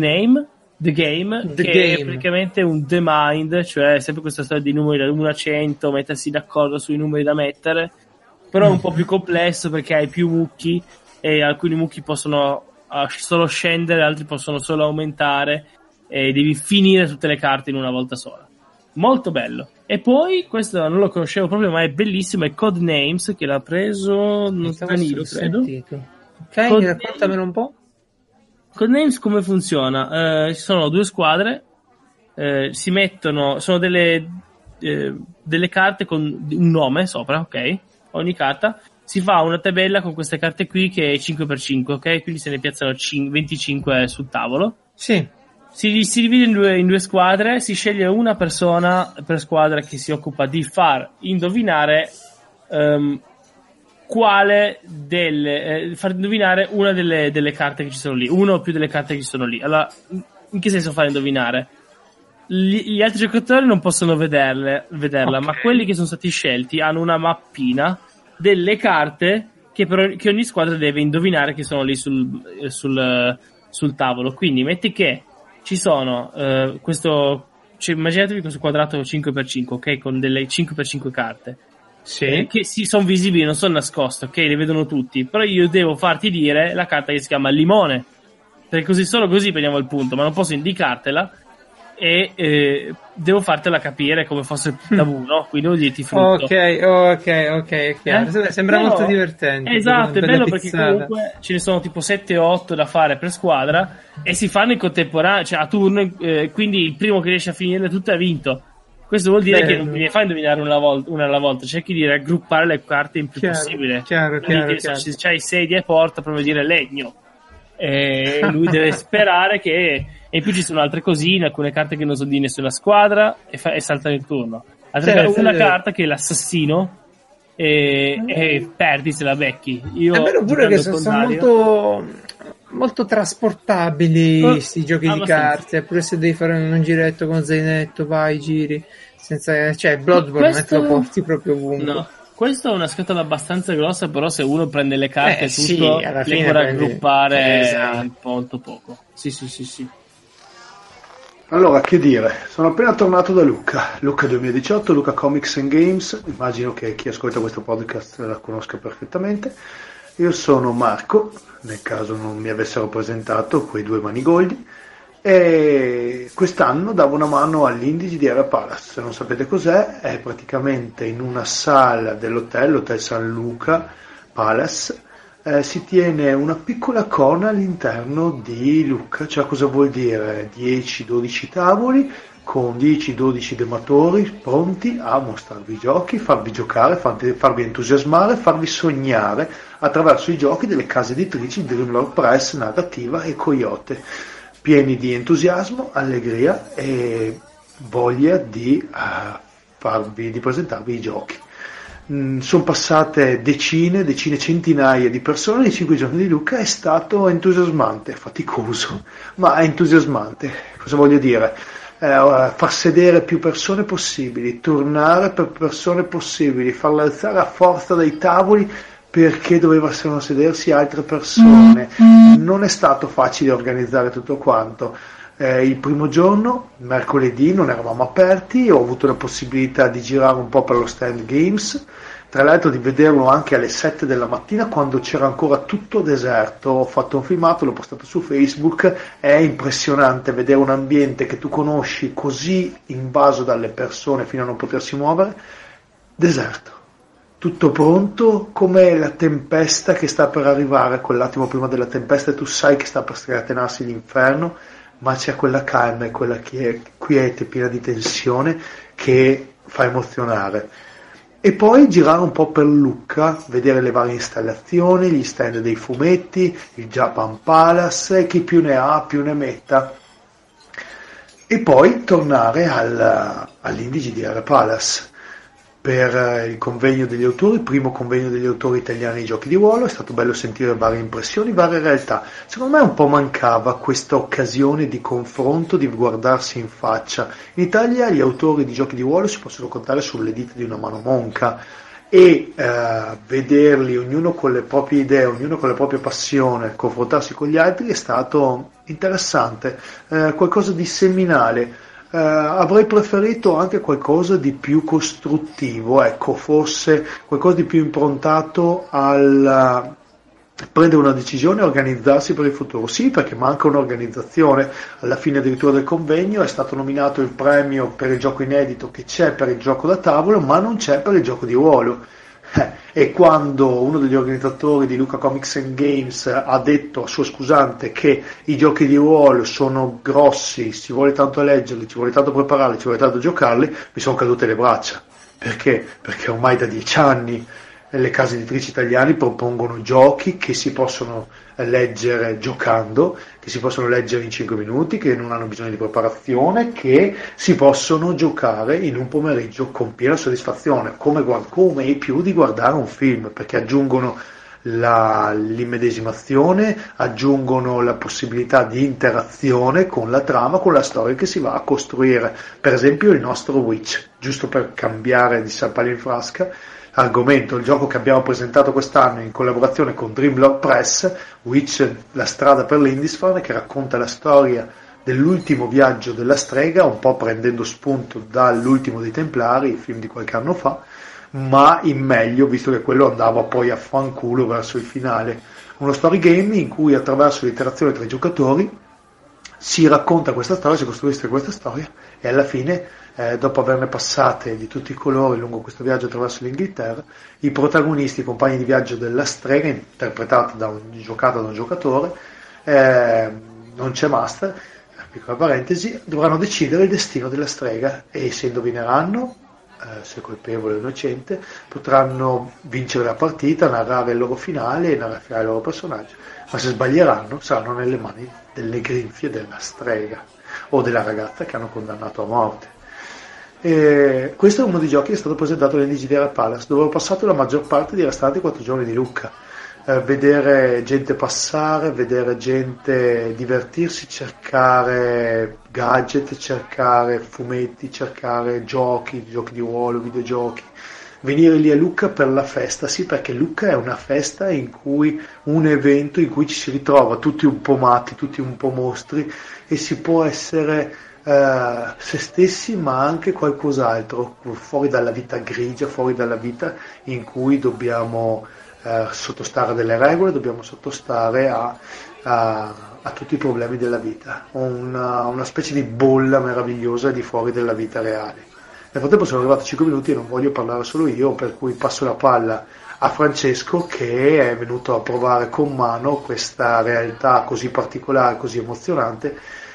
Game, che è praticamente un The Mind, cioè sempre questa storia di numeri da 1 a 100, mettersi d'accordo sui numeri da mettere, però è un po' più complesso perché hai più mucchi e alcuni mucchi possono solo scendere, altri possono solo aumentare, e devi finire tutte le carte in una volta sola. Molto bello. E poi, questo non lo conoscevo proprio, ma è bellissimo, è Codenames, che l'ha preso Danilo, credo. Ok, raccontamelo un po'. Codenames come funziona? Ci sono 2 squadre, si mettono, sono delle carte con un nome sopra, ok? Ogni carta. Si fa una tabella con queste carte qui che è 5x5, ok? Quindi se ne piazzano 25 sul tavolo. Sì. Si divide in due squadre, si sceglie una persona per squadra che si occupa di far indovinare far indovinare una delle carte che ci sono lì, una o più delle carte che ci sono lì. Allora, in che senso far indovinare? Gli altri giocatori non possono vederla, okay, ma quelli che sono stati scelti hanno una mappina delle carte che ogni squadra deve indovinare, che sono lì sul tavolo. Quindi metti che ci sono immaginatevi questo quadrato 5x5, ok, con delle 5x5 carte, sì, che sono visibili, non sono nascoste, ok, le vedono tutti, però io devo farti dire la carta che si chiama limone, perché solo così prendiamo il punto, ma non posso indicartela e devo fartela capire come fosse tabù, no? Quindi devo dirti frutto. Ok, chiaro. Sembra molto divertente. Esatto, è bello perché comunque ce ne sono tipo 7-8 da fare per squadra e si fanno in contemporanea, cioè a turno, quindi il primo che riesce a finire tutte ha vinto. Questo vuol dire che non mi fai indovinare una alla volta, cerchi di raggruppare le carte il più possibile. Chiaro. Se c'hai sedia e porta, proprio dire legno. E lui deve sperare che, e in più ci sono altre cosine, alcune carte che non sono di nessuna squadra e saltano il turno, una carta che è l'assassino e perdi se la becchi. Io è vero pure che sono molto trasportabili questi giochi di carte, pure se devi fare un giretto con zainetto, vai, giri senza, cioè Bloodborne non te lo porti proprio ovunque. No. Questo è una scatola abbastanza grossa, però se uno prende le carte e tutto, alla le fine può raggruppare esatto. molto poco. Sì. Allora, che dire, sono appena tornato da Lucca 2018, Lucca Comics and Games, immagino che chi ascolta questo podcast la conosca perfettamente. Io sono Marco, nel caso non mi avessero presentato, quei 2 manigoldi, e quest'anno davo una mano all'Indici di Era Palace. Se non sapete cos'è, è praticamente in una sala dell'hotel San Luca Palace, si tiene una piccola cona all'interno di Lucca. Cioè, cosa vuol dire? 10-12 tavoli con 10-12 dematori pronti a mostrarvi i giochi, farvi giocare, farvi entusiasmare, farvi sognare attraverso i giochi delle case editrici Dreamlord Press, Narrativa e Coyote, pieni di entusiasmo, allegria e voglia di presentarvi i giochi. Sono passate decine, centinaia di persone. I 5 giorni di Lucca è stato entusiasmante, faticoso, ma entusiasmante. Cosa voglio dire? Far sedere più persone possibili, tornare per persone possibili, farle alzare a forza dai tavoli perché dovevano sedersi altre persone. Non è stato facile organizzare tutto quanto. Il primo giorno, mercoledì, non eravamo aperti, ho avuto la possibilità di girare un po' per lo stand games, tra l'altro di vederlo anche alle 7 della mattina quando c'era ancora tutto deserto. Ho fatto un filmato, l'ho postato su Facebook. È impressionante vedere un ambiente che tu conosci così invaso dalle persone fino a non potersi muovere, deserto. Tutto pronto, come la tempesta che sta per arrivare, quell'attimo prima della tempesta, e tu sai che sta per scatenarsi l'inferno, ma c'è quella calma e quella quiete, piena di tensione, che fa emozionare. E poi girare un po' per Lucca, vedere le varie installazioni, gli stand dei fumetti, il Japan Palace, chi più ne ha più ne metta. E poi tornare all'Indici di Era Palace per il convegno degli autori, il primo convegno degli autori italiani di giochi di ruolo. È stato bello sentire varie impressioni, varie realtà. Secondo me un po' mancava questa occasione di confronto, di guardarsi in faccia. In Italia gli autori di giochi di ruolo si possono contare sulle dita di una mano monca, e vederli ognuno con le proprie idee, ognuno con le proprie passioni, confrontarsi con gli altri è stato interessante, qualcosa di seminale. Avrei preferito anche qualcosa di più costruttivo, ecco, forse qualcosa di più improntato prendere una decisione e organizzarsi per il futuro. Sì, perché manca un'organizzazione. Alla fine addirittura del convegno è stato nominato il premio per il gioco inedito che c'è per il gioco da tavolo, ma non c'è per il gioco di ruolo. E quando uno degli organizzatori di Lucca Comics and Games ha detto a suo scusante che i giochi di ruolo sono grossi, ci vuole tanto leggerli, ci vuole tanto prepararli, ci vuole tanto giocarli, mi sono cadute le braccia. Perché? Perché ormai da 10 anni le case editrici italiane propongono giochi che si possono leggere giocando, che si possono leggere in 5 minuti, che non hanno bisogno di preparazione, che si possono giocare in un pomeriggio con piena soddisfazione, come e più di guardare un film, perché aggiungono l'immedesimazione, aggiungono la possibilità di interazione con la trama, con la storia che si va a costruire. Per esempio il nostro Witch, giusto per cambiare di sapale in frasca argomento, il gioco che abbiamo presentato quest'anno in collaborazione con Dreamlord Press, Witch, la strada per l'Indisfarne, che racconta la storia dell'ultimo viaggio della strega, un po' prendendo spunto dall'ultimo dei Templari, il film di qualche anno fa, ma in meglio, visto che quello andava poi a fanculo verso il finale. Uno story game in cui attraverso l'interazione tra i giocatori si racconta questa storia, si costruisce questa storia e alla fine, dopo averne passate di tutti i colori lungo questo viaggio attraverso l'Inghilterra, i protagonisti, i compagni di viaggio della strega, interpretati giocata da un giocatore, non c'è master, piccola parentesi, dovranno decidere il destino della strega e se indovineranno, se è colpevole o innocente, potranno vincere la partita, narrare il loro finale e narrare il loro personaggio, ma se sbaglieranno saranno nelle mani delle grinfie della strega o della ragazza che hanno condannato a morte. Questo è uno dei giochi che è stato presentato all'NGDR Palace, dove ho passato la maggior parte dei restanti 4 giorni di Lucca. Vedere gente passare, vedere gente divertirsi, cercare gadget, cercare fumetti, cercare giochi di ruolo, videogiochi, venire lì a Lucca per la festa, sì, perché Lucca è una festa un evento in cui ci si ritrova tutti un po' matti, tutti un po' mostri e si può essere se stessi ma anche qualcos'altro, fuori dalla vita grigia, fuori dalla vita in cui dobbiamo sottostare a delle regole, dobbiamo sottostare a tutti i problemi della vita, una specie di bolla meravigliosa di fuori della vita reale. Nel frattempo sono arrivato 5 minuti e non voglio parlare solo io, per cui passo la palla a Francesco che è venuto a provare con mano questa realtà così particolare, così emozionante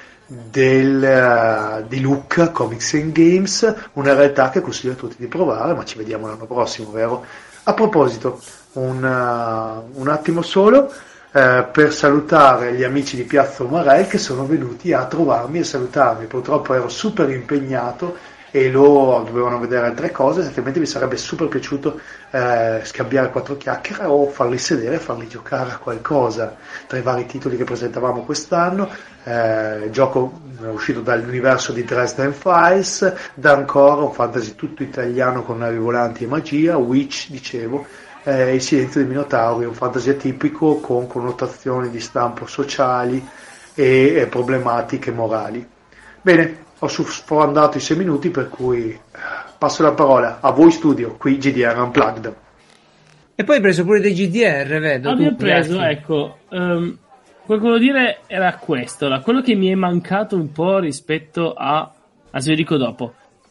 di Lucca Comics and Games, una realtà che consiglio a tutti di provare, ma ci vediamo l'anno prossimo, vero? A proposito, un attimo solo per salutare gli amici di Piazza Umarell che sono venuti a trovarmi e salutarmi. Purtroppo ero super impegnato e loro dovevano vedere altre cose, altrimenti mi sarebbe super piaciuto scambiare 4 chiacchiere o farli sedere e farli giocare a qualcosa. Tra i vari titoli che presentavamo quest'anno, gioco uscito dall'universo di Dresden Files, Dancora, un fantasy tutto italiano con navi volanti e magia, Witch, dicevo, Il silenzio dei Minotauri, un fantasy atipico con connotazioni di stampo sociali e problematiche morali. Bene, ho sforandato i 6 minuti, per cui passo la parola a voi studio, qui GDR Unplugged. E poi hai preso pure dei GDR, vedo. Abbiamo preso, ecco, quello che volevo dire era questo, quello che mi è mancato un po' rispetto se vi dico dopo.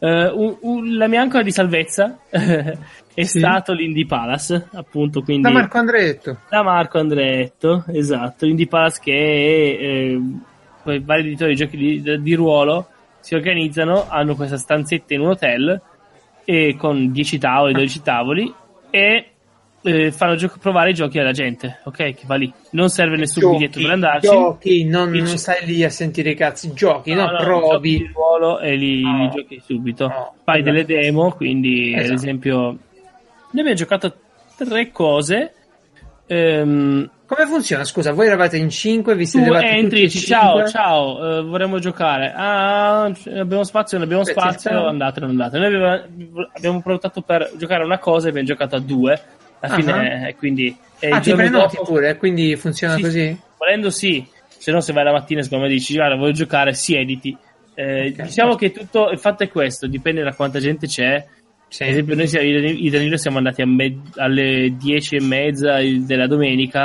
La mia ancora di salvezza è stato l'Indie Palace, appunto, quindi da Marco Andreetto, esatto, l'Indie Palace che è vari editori di giochi di ruolo si organizzano, hanno questa stanzetta in un hotel e con 10 tavoli, 12 tavoli e fanno provare i giochi alla gente, ok? Che va lì, non serve nessun biglietto per andarci. Giochi, non stai lì a sentire i cazzi, giochi, provi il ruolo e li giochi subito. Fai delle demo, quindi ad esempio noi abbiamo giocato 3 cose. Come funziona? Scusa, voi eravate in 5, vi siete levati entri, tutti ciao, vorremmo giocare. Abbiamo spazio, non abbiamo spazio, andate. Noi abbiamo provato per giocare una cosa e abbiamo giocato a 2. Alla fine, quindi ti prenoti pure, quindi funziona così? Volendo sì, se no se vai la mattina secondo me dici guarda voglio giocare, si editi. Diciamo che tutto il fatto è questo, dipende da quanta gente c'è. Ad esempio noi i Danilo siamo andati alle 10:30 della domenica,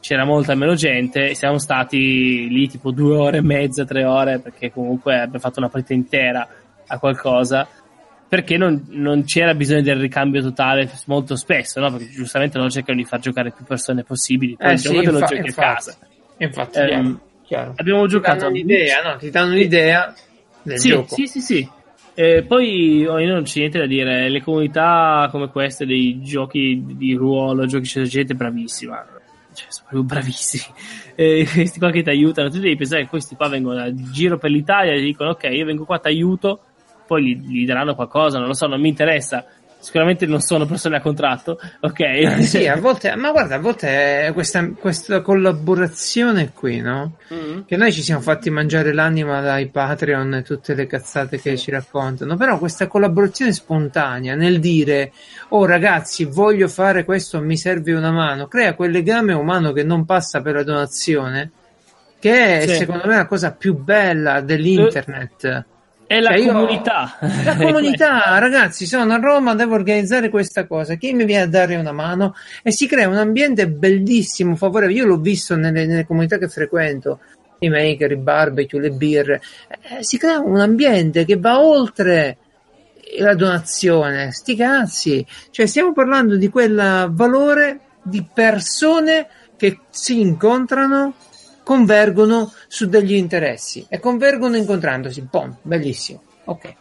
c'era molta meno gente e siamo stati lì tipo 2 ore e mezza, 3 ore, perché comunque abbiamo fatto una partita intera a qualcosa, perché non c'era bisogno del ricambio totale molto spesso, no? Perché giustamente loro cercano di far giocare più persone possibili, poi il gioco te lo giochi a casa. Infatti, chiaro. Abbiamo giocato ti danno un'idea del gioco. Sì. Poi non c'è niente da dire, le comunità come queste dei giochi di ruolo, giochi c'è gente bravissima, cioè sono proprio bravissimi, questi qua che ti aiutano, tu devi pensare che questi qua vengono a giro per l'Italia e dicono ok, io vengo qua, ti aiuto, poi gli daranno qualcosa, non lo so, non mi interessa, sicuramente non sono persone a contratto, ok? Sì, a volte, ma guarda, a volte è questa collaborazione qui, no? Mm-hmm. Che noi ci siamo fatti mangiare l'anima dai Patreon e tutte le cazzate che ci raccontano, però questa collaborazione spontanea nel dire oh ragazzi, voglio fare questo, mi serve una mano, crea quel legame umano che non passa per la donazione, che è secondo me la cosa più bella dell'internet. È la comunità. La comunità, ragazzi, sono a Roma, devo organizzare questa cosa. Chi mi viene a dare una mano? E si crea un ambiente bellissimo, favorevole. Io l'ho visto nelle comunità che frequento, i maker, i barbecue, le birre. Si crea un ambiente che va oltre la donazione. Sti cazzi. Cioè, stiamo parlando di quel valore di persone che si incontrano, convergono su degli interessi e convergono incontrandosi. Boom, bellissimo. Ok.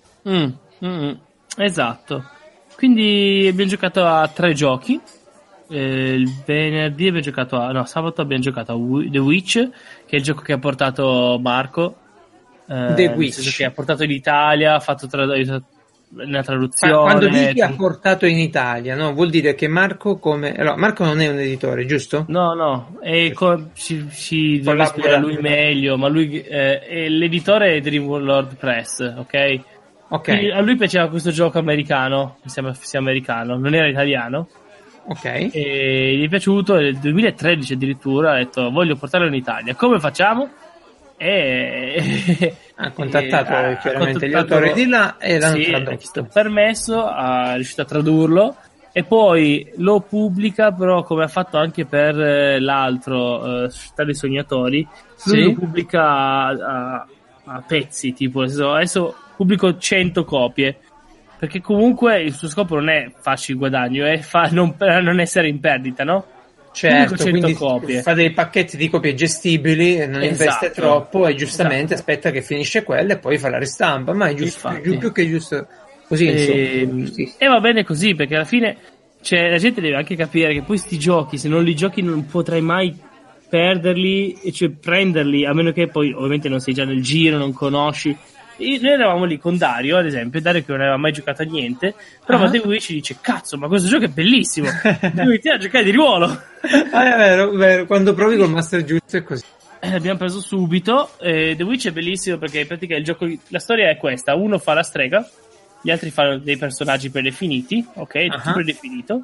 Esatto. Quindi abbiamo giocato a 3 giochi. Il venerdì abbiamo giocato sabato abbiamo giocato a The Witch, che è il gioco che ha portato Marco. The Witch, che ha portato in Italia, ha fatto una traduzione. Quando dici ha portato in Italia, no? Vuol dire che Marco allora, Marco non è un editore, giusto? No, e ci deve spiegare lui meglio, ma lui l'editore è Dreamlord Press, ok? Quindi a lui piaceva questo gioco americano, mi sembra sia americano, non era italiano. Ok. E gli è piaciuto, nel 2013 addirittura ha detto voglio portarlo in Italia, come facciamo? Ha contattato chiaramente gli autori di là e l'hanno tradotto. Permesso, è riuscito a tradurlo e poi lo pubblica, però come ha fatto anche per l'altro Città dei Sognatori, lui lo pubblica a pezzi, tipo adesso pubblico 100 copie, perché comunque il suo scopo non è farci il guadagno, è non essere in perdita, no? Certo, quindi copie. Fa dei pacchetti di copie gestibili, non investe troppo e giustamente aspetta che finisce quella e poi fa la ristampa, ma è giusto, più che giusto così. E va bene così, perché alla fine la gente deve anche capire che poi sti giochi, se non li giochi non potrai mai perderli, cioè prenderli, a meno che poi ovviamente non sei già nel giro, non conosci. Noi eravamo lì con Dario, ad esempio, Dario che non aveva mai giocato a niente, però The Witch ci dice cazzo, ma questo gioco è bellissimo, devo iniziare a giocare di ruolo. È vero, quando provi col Master giusto è così. L'abbiamo preso subito. The Witch è bellissimo perché in pratica il gioco, la storia è questa: uno fa la strega, gli altri fanno dei personaggi predefiniti, ok, tutto predefinito,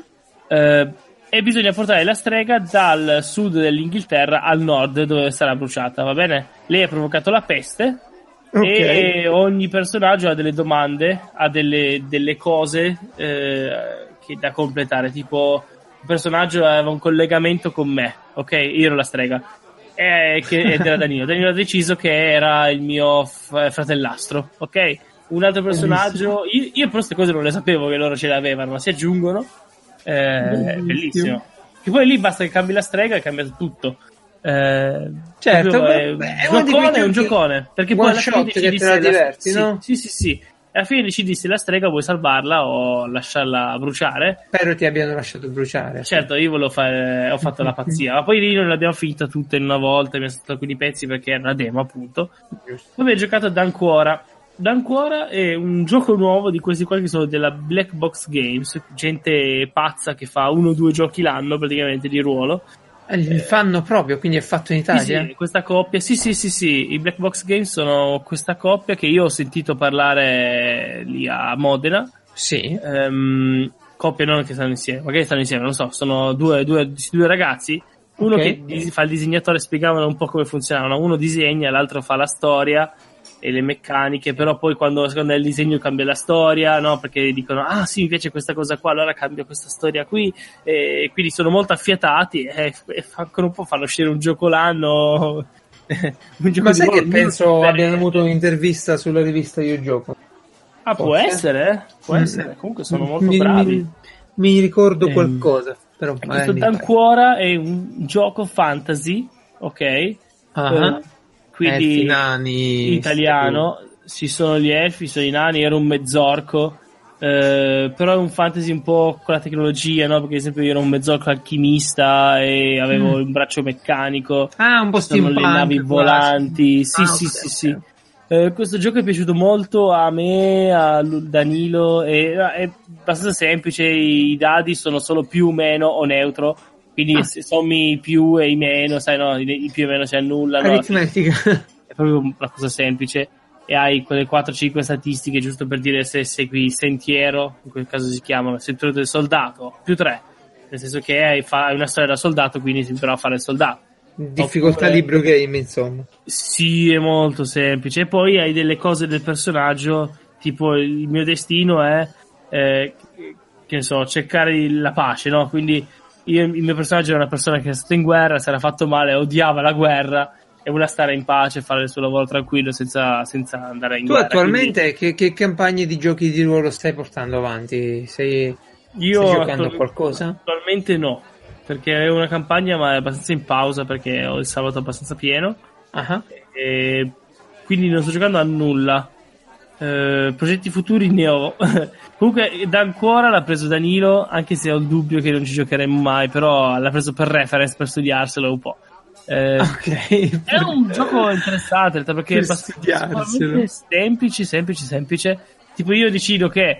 e bisogna portare la strega dal sud dell'Inghilterra al nord dove sarà bruciata, va bene? Lei ha provocato la peste. E ogni personaggio ha delle domande, ha delle cose che da completare, tipo un personaggio aveva un collegamento con me, ok? Io ero la strega ed era Danilo ha deciso che era il mio fratellastro, ok? Un altro personaggio, io però queste cose non le sapevo che loro ce le avevano, ma si aggiungono. Bellissimo. Che poi lì basta che cambi la strega e cambia tutto. Certo, è un giocone, perché poi alla fine ci disse diverti, no? Sì. Alla fine decidi se la strega vuoi salvarla o lasciarla bruciare. Spero ti abbiano lasciato bruciare. Certo, io volevo ho fatto la pazzia, ma poi lì non l'abbiamo finita tutta in una volta, abbiamo fatto alcuni pezzi perché era una demo, appunto. Poi abbiamo giocato a Danquora è un gioco nuovo di questi qua che sono della Black Box Games, gente pazza che fa 1 o 2 giochi l'anno praticamente di ruolo. Li fanno proprio, quindi è fatto in Italia? Sì, questa coppia, sì, i Black Box Games sono questa coppia che io ho sentito parlare lì a Modena. Sì. Coppia non che stanno insieme, magari stanno insieme, non so, sono due ragazzi, uno che fa il disegnatore, spiegavano un po' come funzionavano, uno disegna, l'altro fa la storia e le meccaniche, però poi quando secondo me il disegno cambia la storia, no? Perché dicono sì, mi piace questa cosa qua, allora cambia questa storia qui, e quindi sono molto affiatati e ancora un po' fanno uscire un gioco l'anno. Un gioco, ma sai che penso abbiano avuto un'intervista sulla rivista Io Gioco? Può essere, comunque sono molto bravi. Mi ricordo qualcosa, però questo Danquora è un gioco fantasy, ok? Quindi nani, italiano, ci sono gli elfi, sono i nani, era un mezzorco, però è un fantasy un po' con la tecnologia, no? Perché ad esempio io ero un mezzorco alchimista e avevo un braccio meccanico, un po' sono le navi volanti, sì. Questo gioco è piaciuto molto a me, a Danilo, è abbastanza semplice, i dadi sono solo più, meno o neutro, quindi se sommi i più e i meno, sai, no, i più e meno si annullano. Aritmetica. È proprio una cosa semplice, e hai quelle 4-5 statistiche, giusto per dire se segui il sentiero, in quel caso si chiamano il sentiero del soldato, più 3, nel senso che hai una storia da soldato, quindi si imparerà a fare il soldato. Difficoltà libro game, insomma. Sì, è molto semplice. E poi hai delle cose del personaggio, tipo il mio destino è che ne so, cercare la pace, no? Quindi il mio personaggio era una persona che è stata in guerra, si era fatto male, odiava la guerra e voleva stare in pace, fare il suo lavoro tranquillo senza andare in guerra. Tu attualmente che campagne di giochi di ruolo stai portando avanti? Stai giocando a qualcosa? Attualmente no, perché avevo una campagna ma è abbastanza in pausa perché ho il sabato abbastanza pieno. E quindi non sto giocando a nulla. Progetti futuri ne ho. Comunque da ancora l'ha preso Danilo, anche se ho il dubbio che non ci giocheremo mai, però l'ha preso per reference, per studiarselo un po'. È un gioco interessante perché è semplice. Tipo io decido che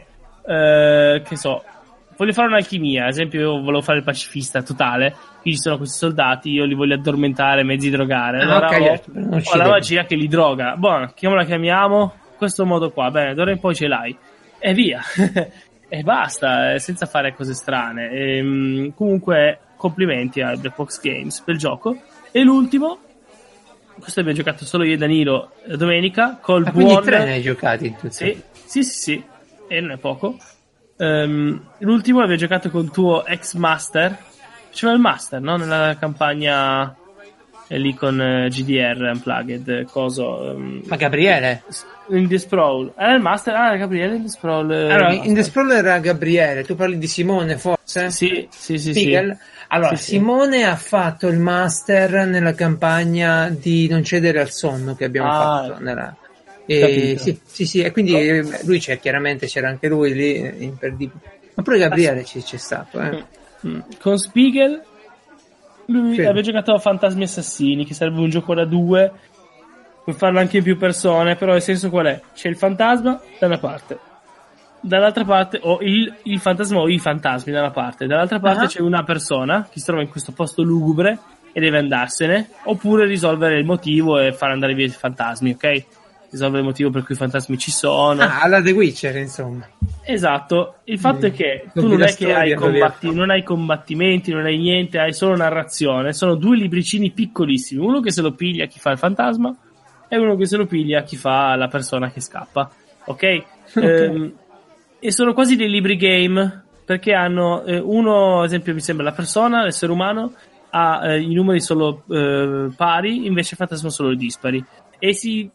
so, voglio fare un'alchimia, ad esempio io volevo fare il pacifista totale, quindi sono questi soldati, io li voglio addormentare, mezzi drogare, allora ho la magia che li droga. Buono, come la chiamiamo? Questo modo qua, bene, d'ora in poi ce l'hai e via. E basta, senza fare cose strane. Comunque complimenti a Black Box Games per il gioco. E l'ultimo, questo abbiamo giocato solo io e Danilo domenica col buon... Quindi 3 ne hai giocati? Sì, e non è poco. L'ultimo l'abbiamo giocato con il tuo ex master, faceva il master, no? Nella campagna lì con GDR Unplugged, ma Gabriele? In The Sprawl era il master, Gabriele in The Sprawl. Allora, in The Sprawl era Gabriele, tu parli di Simone forse? Sì. Allora, Simone ha fatto il master nella campagna di Non cedere al sonno che abbiamo fatto sì, e quindi lui chiaramente c'era anche lui lì, imperdibile. Ma pure Gabriele c'è stato, Con Spiegel lui aveva giocato a Fantasmi Assassini, che sarebbe un gioco da 2, puoi farlo anche in più persone, però il senso qual è? C'è il fantasma da una parte, dall'altra parte o il fantasma o i fantasmi da una parte, dall'altra parte c'è una persona che si trova in questo posto lugubre e deve andarsene, oppure risolvere il motivo e far andare via i fantasmi, ok? Risolvere il motivo per cui i fantasmi ci sono. Alla The Witcher, insomma. Esatto. Il fatto è che tu non è che non hai combattimenti, non hai niente, hai solo narrazione. Sono 2 libricini piccolissimi. Uno che se lo piglia chi fa il fantasma e uno che se lo piglia chi fa la persona che scappa. Ok? E sono quasi dei libri game, perché hanno uno, ad esempio, mi sembra la persona, l'essere umano, ha i numeri solo pari, invece il fantasma solo dispari. E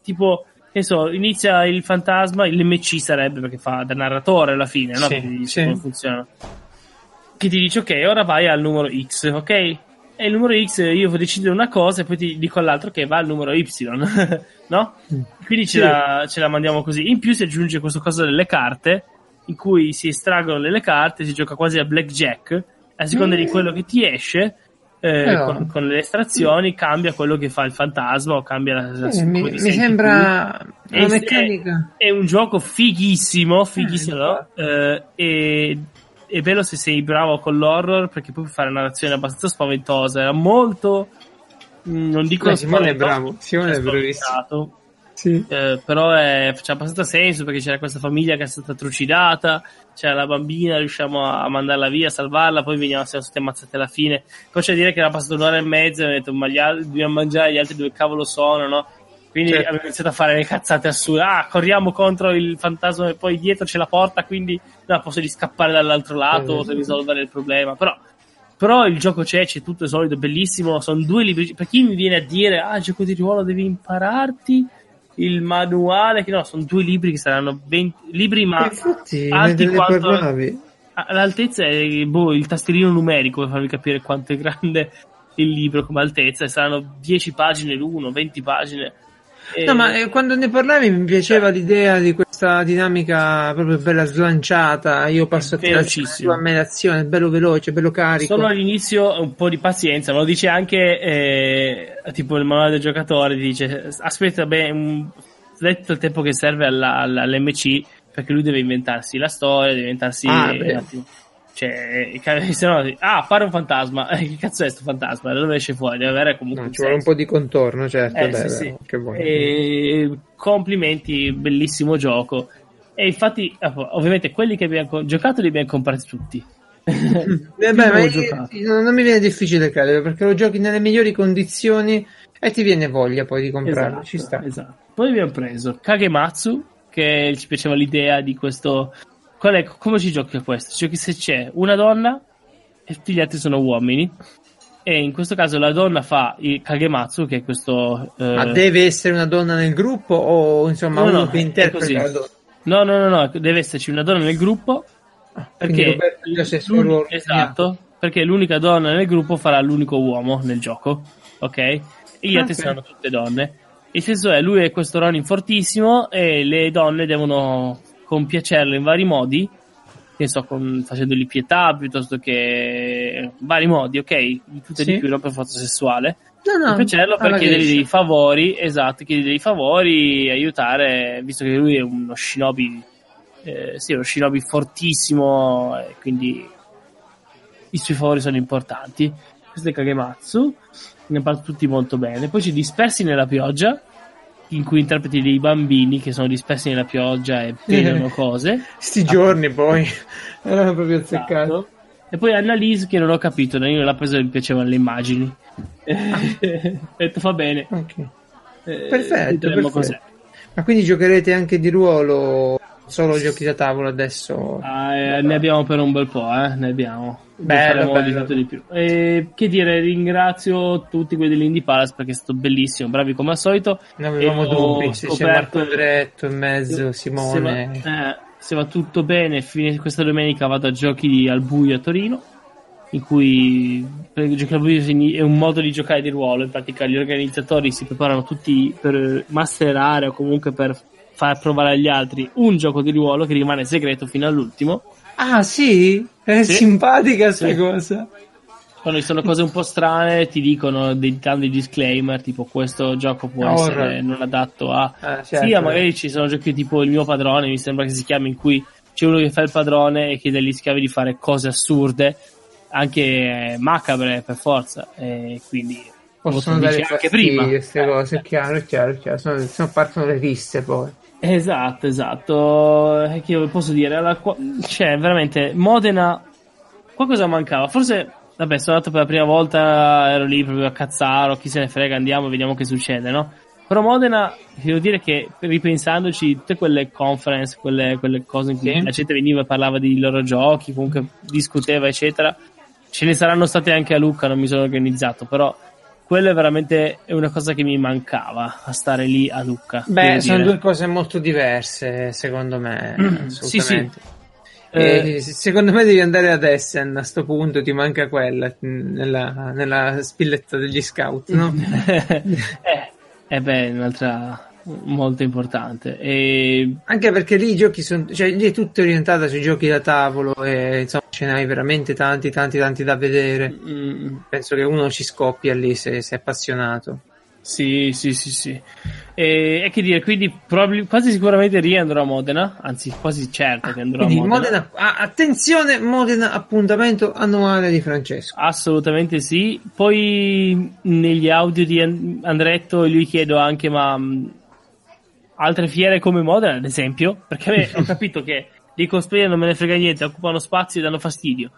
inizia il fantasma, l'MC sarebbe, perché fa da narratore alla fine, no? Come funziona. Che ti dice, ok, ora vai al numero X, ok? E il numero X io devo decidere una cosa e poi ti dico all'altro che va al numero Y, no? Quindi ce la mandiamo così. In più si aggiunge questo coso delle carte, in cui si estraggono le carte, si gioca quasi a blackjack, a seconda di quello che ti esce. Con le estrazioni cambia quello che fa il fantasma o cambia la mi sembra una meccanica. È un gioco fighissimo no? E bello se sei bravo con l'horror, perché puoi fare una narrazione abbastanza spaventosa. Era molto, non dico Simone è bravo, Simone è bravissimo. Sì. Però c'è abbastanza senso, perché c'era questa famiglia che è stata trucidata, c'era la bambina, riusciamo a mandarla via, a salvarla, poi siamo stati ammazzati alla fine. Poi c'è da dire che era passato 1 ora e mezza e ho detto, ma dobbiamo mangiare, gli altri dove cavolo sono, no? Quindi abbiamo iniziato a fare le cazzate assurde. Corriamo contro il fantasma e poi dietro c'è la porta, quindi posso di scappare dall'altro lato per risolvere il problema. Però il gioco c'è tutto è solido, bellissimo. Sono 2 libri. Per chi mi viene a dire, gioco di ruolo devi impararti il manuale, che no, sono 2 libri che saranno 20 libri, ma infatti, alti quanto l'altezza è il tastierino numerico per farvi capire quanto è grande il libro come altezza, e saranno 10 pagine l'uno, 20 pagine. No, ma quando ne parlavi mi piaceva l'idea di questa dinamica proprio bella slanciata. Io passo a me l'azione, bello veloce, bello carico. Solo all'inizio un po' di pazienza, me lo dice anche tipo il manuale del giocatore, ti dice aspetta detto il tempo che serve all'MC, perché lui deve inventarsi la storia, deve inventarsi un attimo. Cioè, se no, appare un fantasma, che cazzo è sto fantasma? Da dove esce fuori? Deve avere comunque ci vuole un po' di contorno, certo. Sì. Che vuoi. Complimenti, bellissimo gioco. E infatti, ovviamente, quelli che abbiamo giocato li abbiamo comprati tutti. Non mi viene difficile credere, perché lo giochi nelle migliori condizioni e ti viene voglia poi di comprarlo. Esatto, ci sta. Esatto. Poi abbiamo preso Kagematsu, che ci piaceva l'idea di questo. Come ci giochi a questo? Ci giochi se c'è una donna e tutti gli altri sono uomini, e in questo caso la donna fa il Kagematsu, che è questo ma deve essere una donna nel gruppo o insomma uno che interpreta la donna? No, deve esserci una donna nel gruppo, perché esatto, perché l'unica donna nel gruppo farà l'unico uomo nel gioco, ok? E gli altri saranno tutte donne. Il senso è, lui è questo Ronin fortissimo e le donne devono compiacerlo in vari modi, che so, facendogli pietà, piuttosto che vari modi, ok? Di tutto e di più, non per forza sessuale. No, piacerlo per chiedergli dei favori, chiedergli dei favori, aiutare, visto che lui è uno shinobi, uno shinobi fortissimo, e quindi i suoi favori sono importanti. Questo è Kagematsu, ne parlo tutti molto bene. Poi ci dispersi nella pioggia, in cui interpreti dei bambini che sono dispersi nella pioggia e vedono cose. Sti giorni poi erano proprio azzeccati. E poi Annalise, che non ho capito, io l'ho preso e mi piacevano le immagini. Ho detto fa bene. Okay. Perfetto. Cos'è. Ma quindi giocherete anche di ruolo? Solo giochi da tavolo adesso? Ne abbiamo per un bel po', ne abbiamo. Bello. Di tutto di più. Che dire, ringrazio tutti quelli dell'Indie Palace perché è stato bellissimo, bravi come al solito. Ne avevamo dubbi, c'è Marco Andretto in mezzo, Simone. Se va tutto bene, fine questa domenica vado a Giochi al Buio a Torino, in cui Giochi al Buio è un modo di giocare di ruolo. In pratica gli organizzatori si preparano tutti per masterare o comunque per far provare agli altri un gioco di ruolo che rimane segreto fino all'ultimo. Ah sì? È simpatica questa cosa. Quando ci sono cose un po' strane ti dicono dei disclaimer, tipo questo gioco può essere non adatto a certo. Sì, magari ci sono giochi tipo Il mio padrone, mi sembra che si chiami, in cui c'è uno che fa il padrone e chiede agli schiavi di fare cose assurde, anche macabre per forza, e quindi possono dare anche prima queste cose, è chiaro. Sono partono le risse poi. Esatto. Che io posso dire? Cioè, veramente, Modena, qualcosa mancava. Forse, vabbè, sono andato per la prima volta, ero lì proprio a cazzaro, chi se ne frega, andiamo, vediamo che succede, no? Però Modena, devo dire che, ripensandoci, tutte quelle conference, quelle cose in cui la gente veniva e parlava dei loro giochi, comunque discuteva, eccetera, ce ne saranno state anche a Lucca, non mi sono organizzato, però quello è veramente una cosa che mi mancava, a stare lì a Lucca. Beh, sono due cose molto diverse, secondo me. Assolutamente. Sì. Secondo me devi andare ad Essen, a sto punto ti manca quella nella spilletta degli scout, no? Beh, un'altra molto importante. Anche perché lì i giochi lì è tutto orientato sui giochi da tavolo e insomma ce ne hai veramente tanti da vedere. Penso che uno ci scoppia lì se è appassionato. Sì. E che dire, quindi quasi sicuramente riandrò a Modena, anzi quasi certo che andrò a Modena. Attenzione, Modena, appuntamento annuale di Francesco. Assolutamente sì. Poi negli audio di Andretto lui chiedo anche altre fiere come Modena, ad esempio, perché ho capito che dei cosplayer non me ne frega niente, occupano spazio e danno fastidio.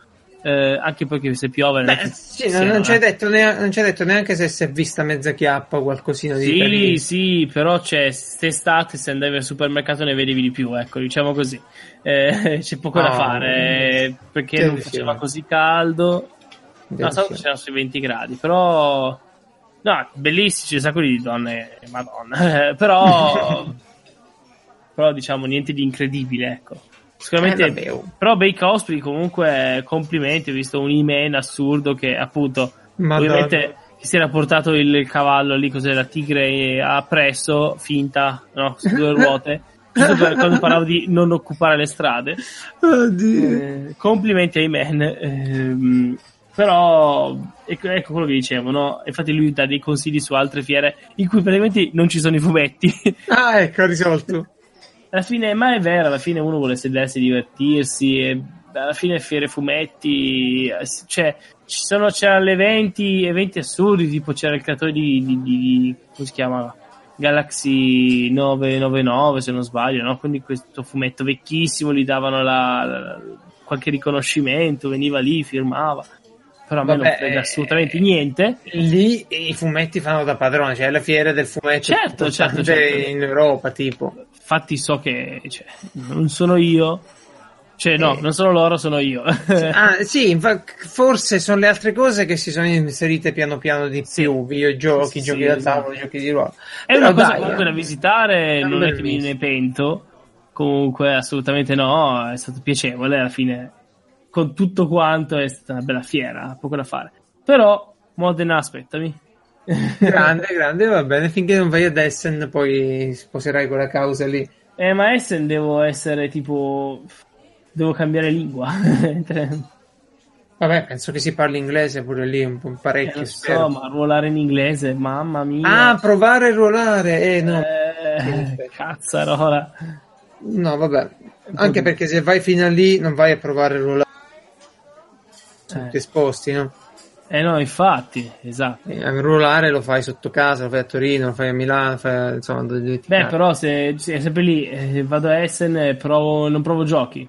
anche perché se piove non ci hai detto neanche se si è vista mezza chiappa o qualcosina di carino. Sì, però quest'estate se andavi al supermercato ne vedevi di più, ecco, diciamo così. C'è poco da fare, perché non faceva così caldo. No, stavolta c'erano sui 20 gradi, però no, bellissimi, c'è un sacco di donne, madonna. però diciamo niente di incredibile, ecco. Sicuramente, però bei cosplay, comunque complimenti. Ho visto un E-Man assurdo che appunto ovviamente si era portato il cavallo lì, cos'era, tigre appresso, finta, no, su 2 ruote, giusto per quando parlavo di non occupare le strade. Complimenti a E-Man. Però ecco quello che dicevo, no? Infatti lui dà dei consigli su altre fiere in cui praticamente non ci sono i fumetti. Ecco, ha risolto. Alla fine, ma è vero, alla fine uno vuole sedersi, divertirsi, e alla fine fiere fumetti, cioè c'erano eventi assurdi, tipo c'era il creatore di come si chiama? Galaxy 999, se non sbaglio, no? Quindi questo fumetto vecchissimo, gli davano qualche riconoscimento, veniva lì, firmava. Però a me non frega assolutamente niente. Lì i fumetti fanno da padrone, cioè la fiera del fumetto certo. in Europa, tipo. Infatti so che non sono io, non sono loro, sono io. Sì, forse sono le altre cose che si sono inserite piano piano di più, videogiochi, giochi da tavolo, giochi di ruolo. È una cosa comunque da visitare, non è che me ne pento, comunque assolutamente no, è stato piacevole alla fine. Con tutto quanto è stata una bella fiera, poco da fare. Però Modena, aspettami. Grande, va bene, finché non vai ad Essen poi sposerai quella causa lì. Ma Essen devo essere tipo, devo cambiare lingua. Vabbè, penso che si parli inglese pure lì, un po' parecchio. Lo so, ma ruolare in inglese, mamma mia. Provare a ruolare, no. Cazzarola. No, vabbè, anche perché se vai fino a lì non vai a provare a ruolare. Tutti esposti, no? No, infatti, esatto. Ruolare lo fai sotto casa, lo fai a Torino, lo fai a Milano, insomma. Però se è sempre lì, vado a Essen, non provo giochi.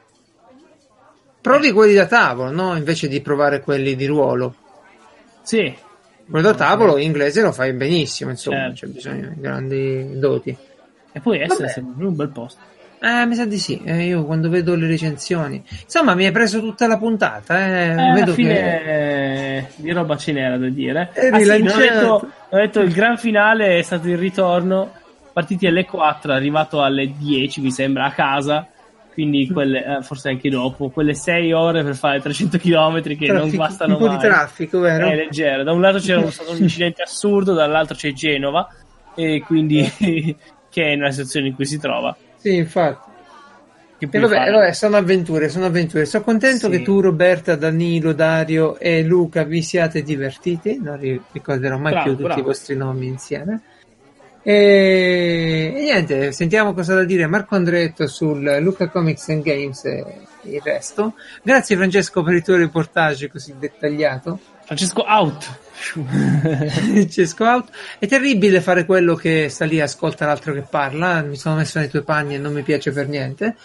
Provi quelli da tavolo, no? Invece di provare quelli di ruolo. Sì. Quello da tavolo in inglese lo fai benissimo, insomma, c'è bisogno di grandi doti. E poi Essen sembra un bel posto. Mi sa di sì, io quando vedo le recensioni. Insomma, mi hai preso tutta la puntata. Vedo alla fine di roba ce n'era da dire. Ho detto il gran finale è stato il ritorno. Partiti alle 4, arrivato alle 10, mi sembra, a casa. Quindi quelle, forse anche dopo, quelle 6 ore per fare 300 km che non bastano mai. Un po' di traffico, vero? È leggero. Da un lato c'era stato un incidente assurdo, dall'altro c'è Genova, e quindi che è nella situazione in cui si trova. Sì, infatti. Vabbè, sono avventure. Sono contento che tu, Roberta, Danilo, Dario e Luca vi siate divertiti. Non ricorderò mai più tutti i vostri nomi insieme. E niente, sentiamo cosa da dire Marco Andretto sul Luca Comics and Games e il resto. Grazie Francesco per il tuo reportage così dettagliato. Francesco out. È terribile fare quello che sta lì e ascolta l'altro che parla. Mi sono messo nei tuoi panni e non mi piace per niente.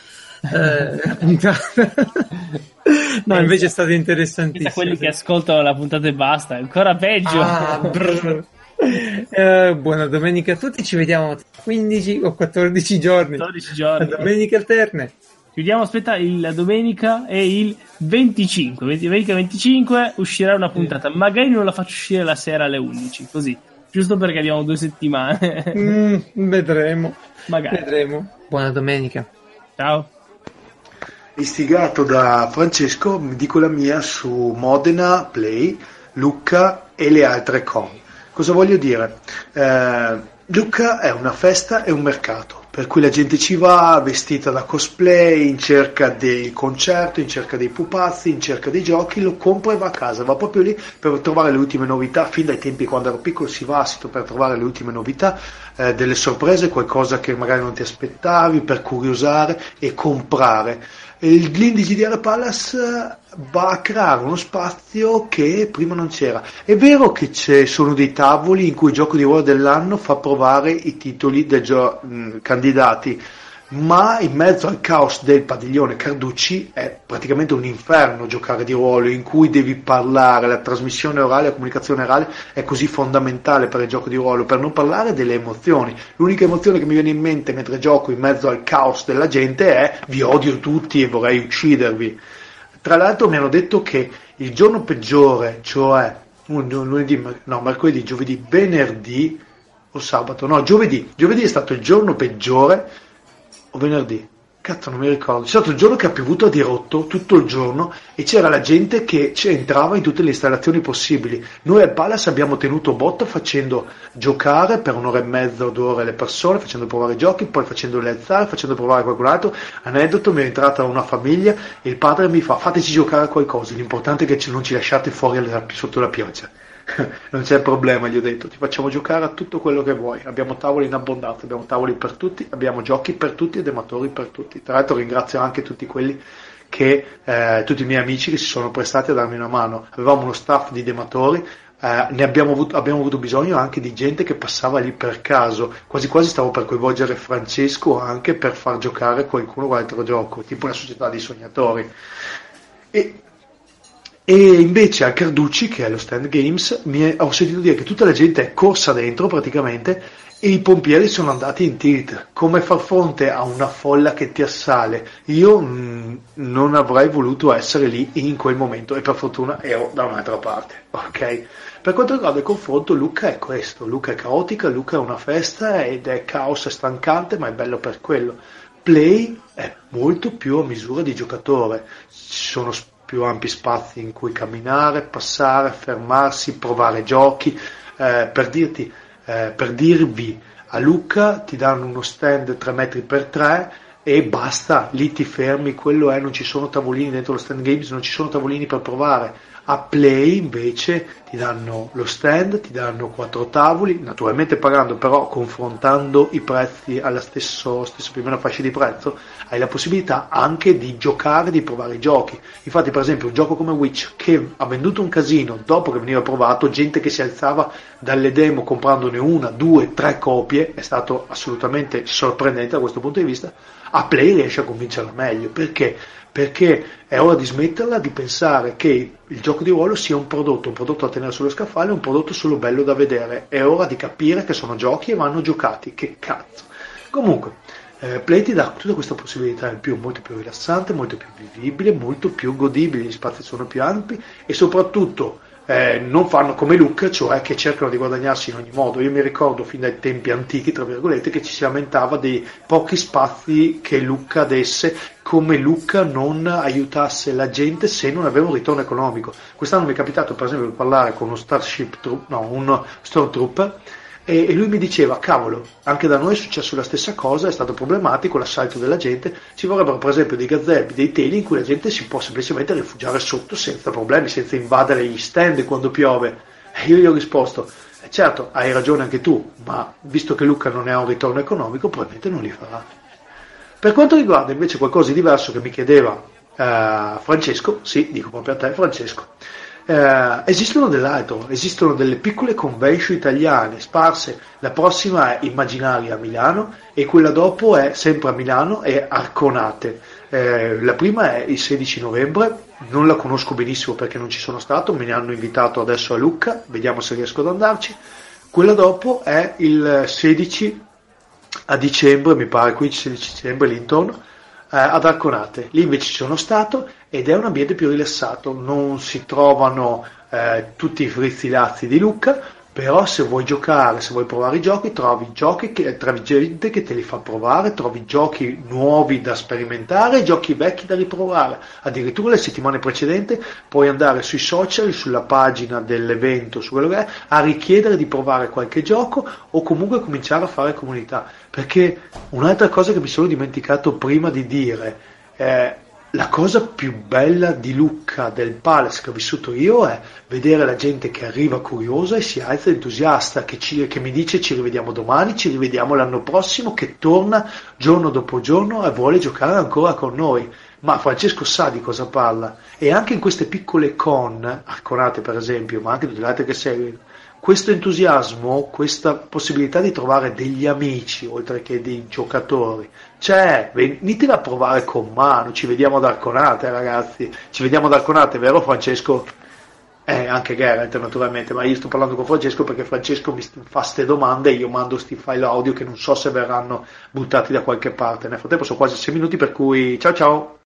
No, invece è stato interessantissimo. Quelli che ascoltano la puntata e basta, è ancora peggio. Buona domenica a tutti, ci vediamo tra 15 o 14 giorni. 14 giorni. A domeniche alterne. Chiudiamo, aspetta, la domenica è il 25. Domenica 25 uscirà una puntata. Magari non la faccio uscire la sera alle 11, così. Giusto perché abbiamo 2 settimane. Vedremo. Magari. Vedremo. Buona domenica. Ciao. Istigato da Francesco, mi dico la mia su Modena, Play, Lucca e le altre con. Cosa voglio dire? Lucca è una festa e un mercato, per cui la gente ci va vestita da cosplay, in cerca del concerto, in cerca dei pupazzi, in cerca dei giochi, lo compra e va a casa, va proprio lì per trovare le ultime novità. Fin dai tempi quando ero piccolo si va a sito per trovare le ultime novità, delle sorprese, qualcosa che magari non ti aspettavi, per curiosare e comprare. L'Indici di Palace va a creare uno spazio che prima non c'era. È vero che sono dei tavoli in cui il gioco di ruolo dell'anno fa provare i titoli candidati ma in mezzo al caos del padiglione Carducci è praticamente un inferno giocare di ruolo, in cui devi parlare, la trasmissione orale, la comunicazione orale è così fondamentale per il gioco di ruolo, per non parlare delle emozioni. L'unica emozione che mi viene in mente mentre gioco in mezzo al caos della gente è: vi odio tutti e vorrei uccidervi. Tra l'altro mi hanno detto che il giorno peggiore, cioè mercoledì, giovedì, venerdì o sabato, no, giovedì è stato il giorno peggiore, o venerdì, cazzo non mi ricordo, è stato il giorno che ha piovuto a dirotto tutto il giorno e c'era la gente che entrava in tutte le installazioni possibili. Noi al Palace abbiamo tenuto botta facendo giocare per un'ora e mezza o 2 ore le persone, facendo provare i giochi, poi facendole alzare, facendo provare qualcun altro. Aneddoto, mi è entrata una famiglia e il padre mi fa: fateci giocare a qualcosa, l'importante è che non ci lasciate fuori sotto la pioggia. Non c'è problema, gli ho detto, ti facciamo giocare a tutto quello che vuoi, abbiamo tavoli in abbondanza, abbiamo tavoli per tutti, abbiamo giochi per tutti ed ematori per tutti. Tra l'altro ringrazio anche tutti quelli che tutti i miei amici che si sono prestati a darmi una mano. Avevamo uno staff di dematori, abbiamo avuto bisogno anche di gente che passava lì per caso, quasi quasi stavo per coinvolgere Francesco anche per far giocare qualcuno con altro gioco, tipo una società di sognatori. E invece a Carducci, che è lo stand games, ho sentito dire che tutta la gente è corsa dentro praticamente e i pompieri sono andati in tilt. Come far fronte a una folla che ti assale? Io non avrei voluto essere lì in quel momento e per fortuna ero da un'altra parte, ok? Per quanto riguarda il confronto, Lucca è questo, Lucca è caotica, Lucca è una festa ed è caos, è stancante, ma è bello per quello. Play è molto più a misura di giocatore, ci sono più ampi spazi in cui camminare, passare, fermarsi, provare giochi. Per dirvi, a Lucca ti danno uno stand 3 metri per 3 e basta, lì ti fermi, quello è, non ci sono tavolini dentro lo stand games, non ci sono tavolini per provare. A Play invece ti danno lo stand, ti danno 4 tavoli, naturalmente pagando, però confrontando i prezzi alla stesso più o meno fascia di prezzo, hai la possibilità anche di giocare, di provare i giochi. Infatti, per esempio, un gioco come Witch, che ha venduto un casino dopo che veniva provato, gente che si alzava dalle demo comprandone 1, 2, 3 copie, è stato assolutamente sorprendente da questo punto di vista. A Play riesce a convincerla meglio, perché è ora di smetterla di pensare che il gioco di ruolo sia un prodotto da tenere sullo scaffale, un prodotto solo bello da vedere. È ora di capire che sono giochi e vanno giocati, che cazzo. Comunque, Play ti dà tutta questa possibilità in più, molto più rilassante, molto più vivibile, molto più godibile, gli spazi sono più ampi e soprattutto non fanno come Lucca, cioè che cercano di guadagnarsi in ogni modo. Io mi ricordo fin dai tempi antichi, tra virgolette, che ci si lamentava dei pochi spazi che Lucca desse, come Lucca non aiutasse la gente se non aveva un ritorno economico. Quest'anno mi è capitato per esempio di parlare con uno uno Stormtrooper e lui mi diceva: cavolo, anche da noi è successo la stessa cosa, è stato problematico l'assalto della gente, ci vorrebbero per esempio dei gazebi, dei teli in cui la gente si può semplicemente rifugiare sotto senza problemi, senza invadere gli stand quando piove. E io gli ho risposto: certo, hai ragione anche tu, ma visto che Lucca non ne ha un ritorno economico probabilmente non li farà. Per quanto riguarda invece qualcosa di diverso che mi chiedeva Francesco, sì, dico proprio a te Francesco, esistono delle piccole convention italiane sparse. La prossima è Immaginaria a Milano e quella dopo è sempre a Milano, è Arconate. La prima è il 16 novembre, non la conosco benissimo perché non ci sono stato, me ne hanno invitato adesso a Lucca, vediamo se riesco ad andarci. Quella dopo è il 16 a dicembre, mi pare 15-16 dicembre lì intorno, ad Arconate. Lì invece ci sono stato ed è un ambiente più rilassato, non si trovano tutti i frizzilazzi di Lucca, però se vuoi giocare, se vuoi provare i giochi, trovi gente che te li fa provare, trovi giochi nuovi da sperimentare, giochi vecchi da riprovare. Addirittura le settimane precedenti puoi andare sui social, sulla pagina dell'evento, su quello che è, a richiedere di provare qualche gioco o comunque cominciare a fare comunità. Perché un'altra cosa che mi sono dimenticato prima di dire, la cosa più bella di Lucca, del Palace che ho vissuto io, è vedere la gente che arriva curiosa e si alza entusiasta, che mi dice ci rivediamo domani, ci rivediamo l'anno prossimo, che torna giorno dopo giorno e vuole giocare ancora con noi. Ma Francesco sa di cosa parla, e anche in queste piccole Arconate per esempio, ma anche tutte le altre che seguono, questo entusiasmo, questa possibilità di trovare degli amici oltre che dei giocatori, venitela a provare con mano. Ci vediamo ad Arconate, ragazzi, ci vediamo ad Arconate, vero Francesco? Anche Geralt naturalmente, ma io sto parlando con Francesco perché Francesco mi fa ste domande e io mando sti file audio che non so se verranno buttati da qualche parte. Nel frattempo sono quasi 6 minuti, per cui ciao ciao.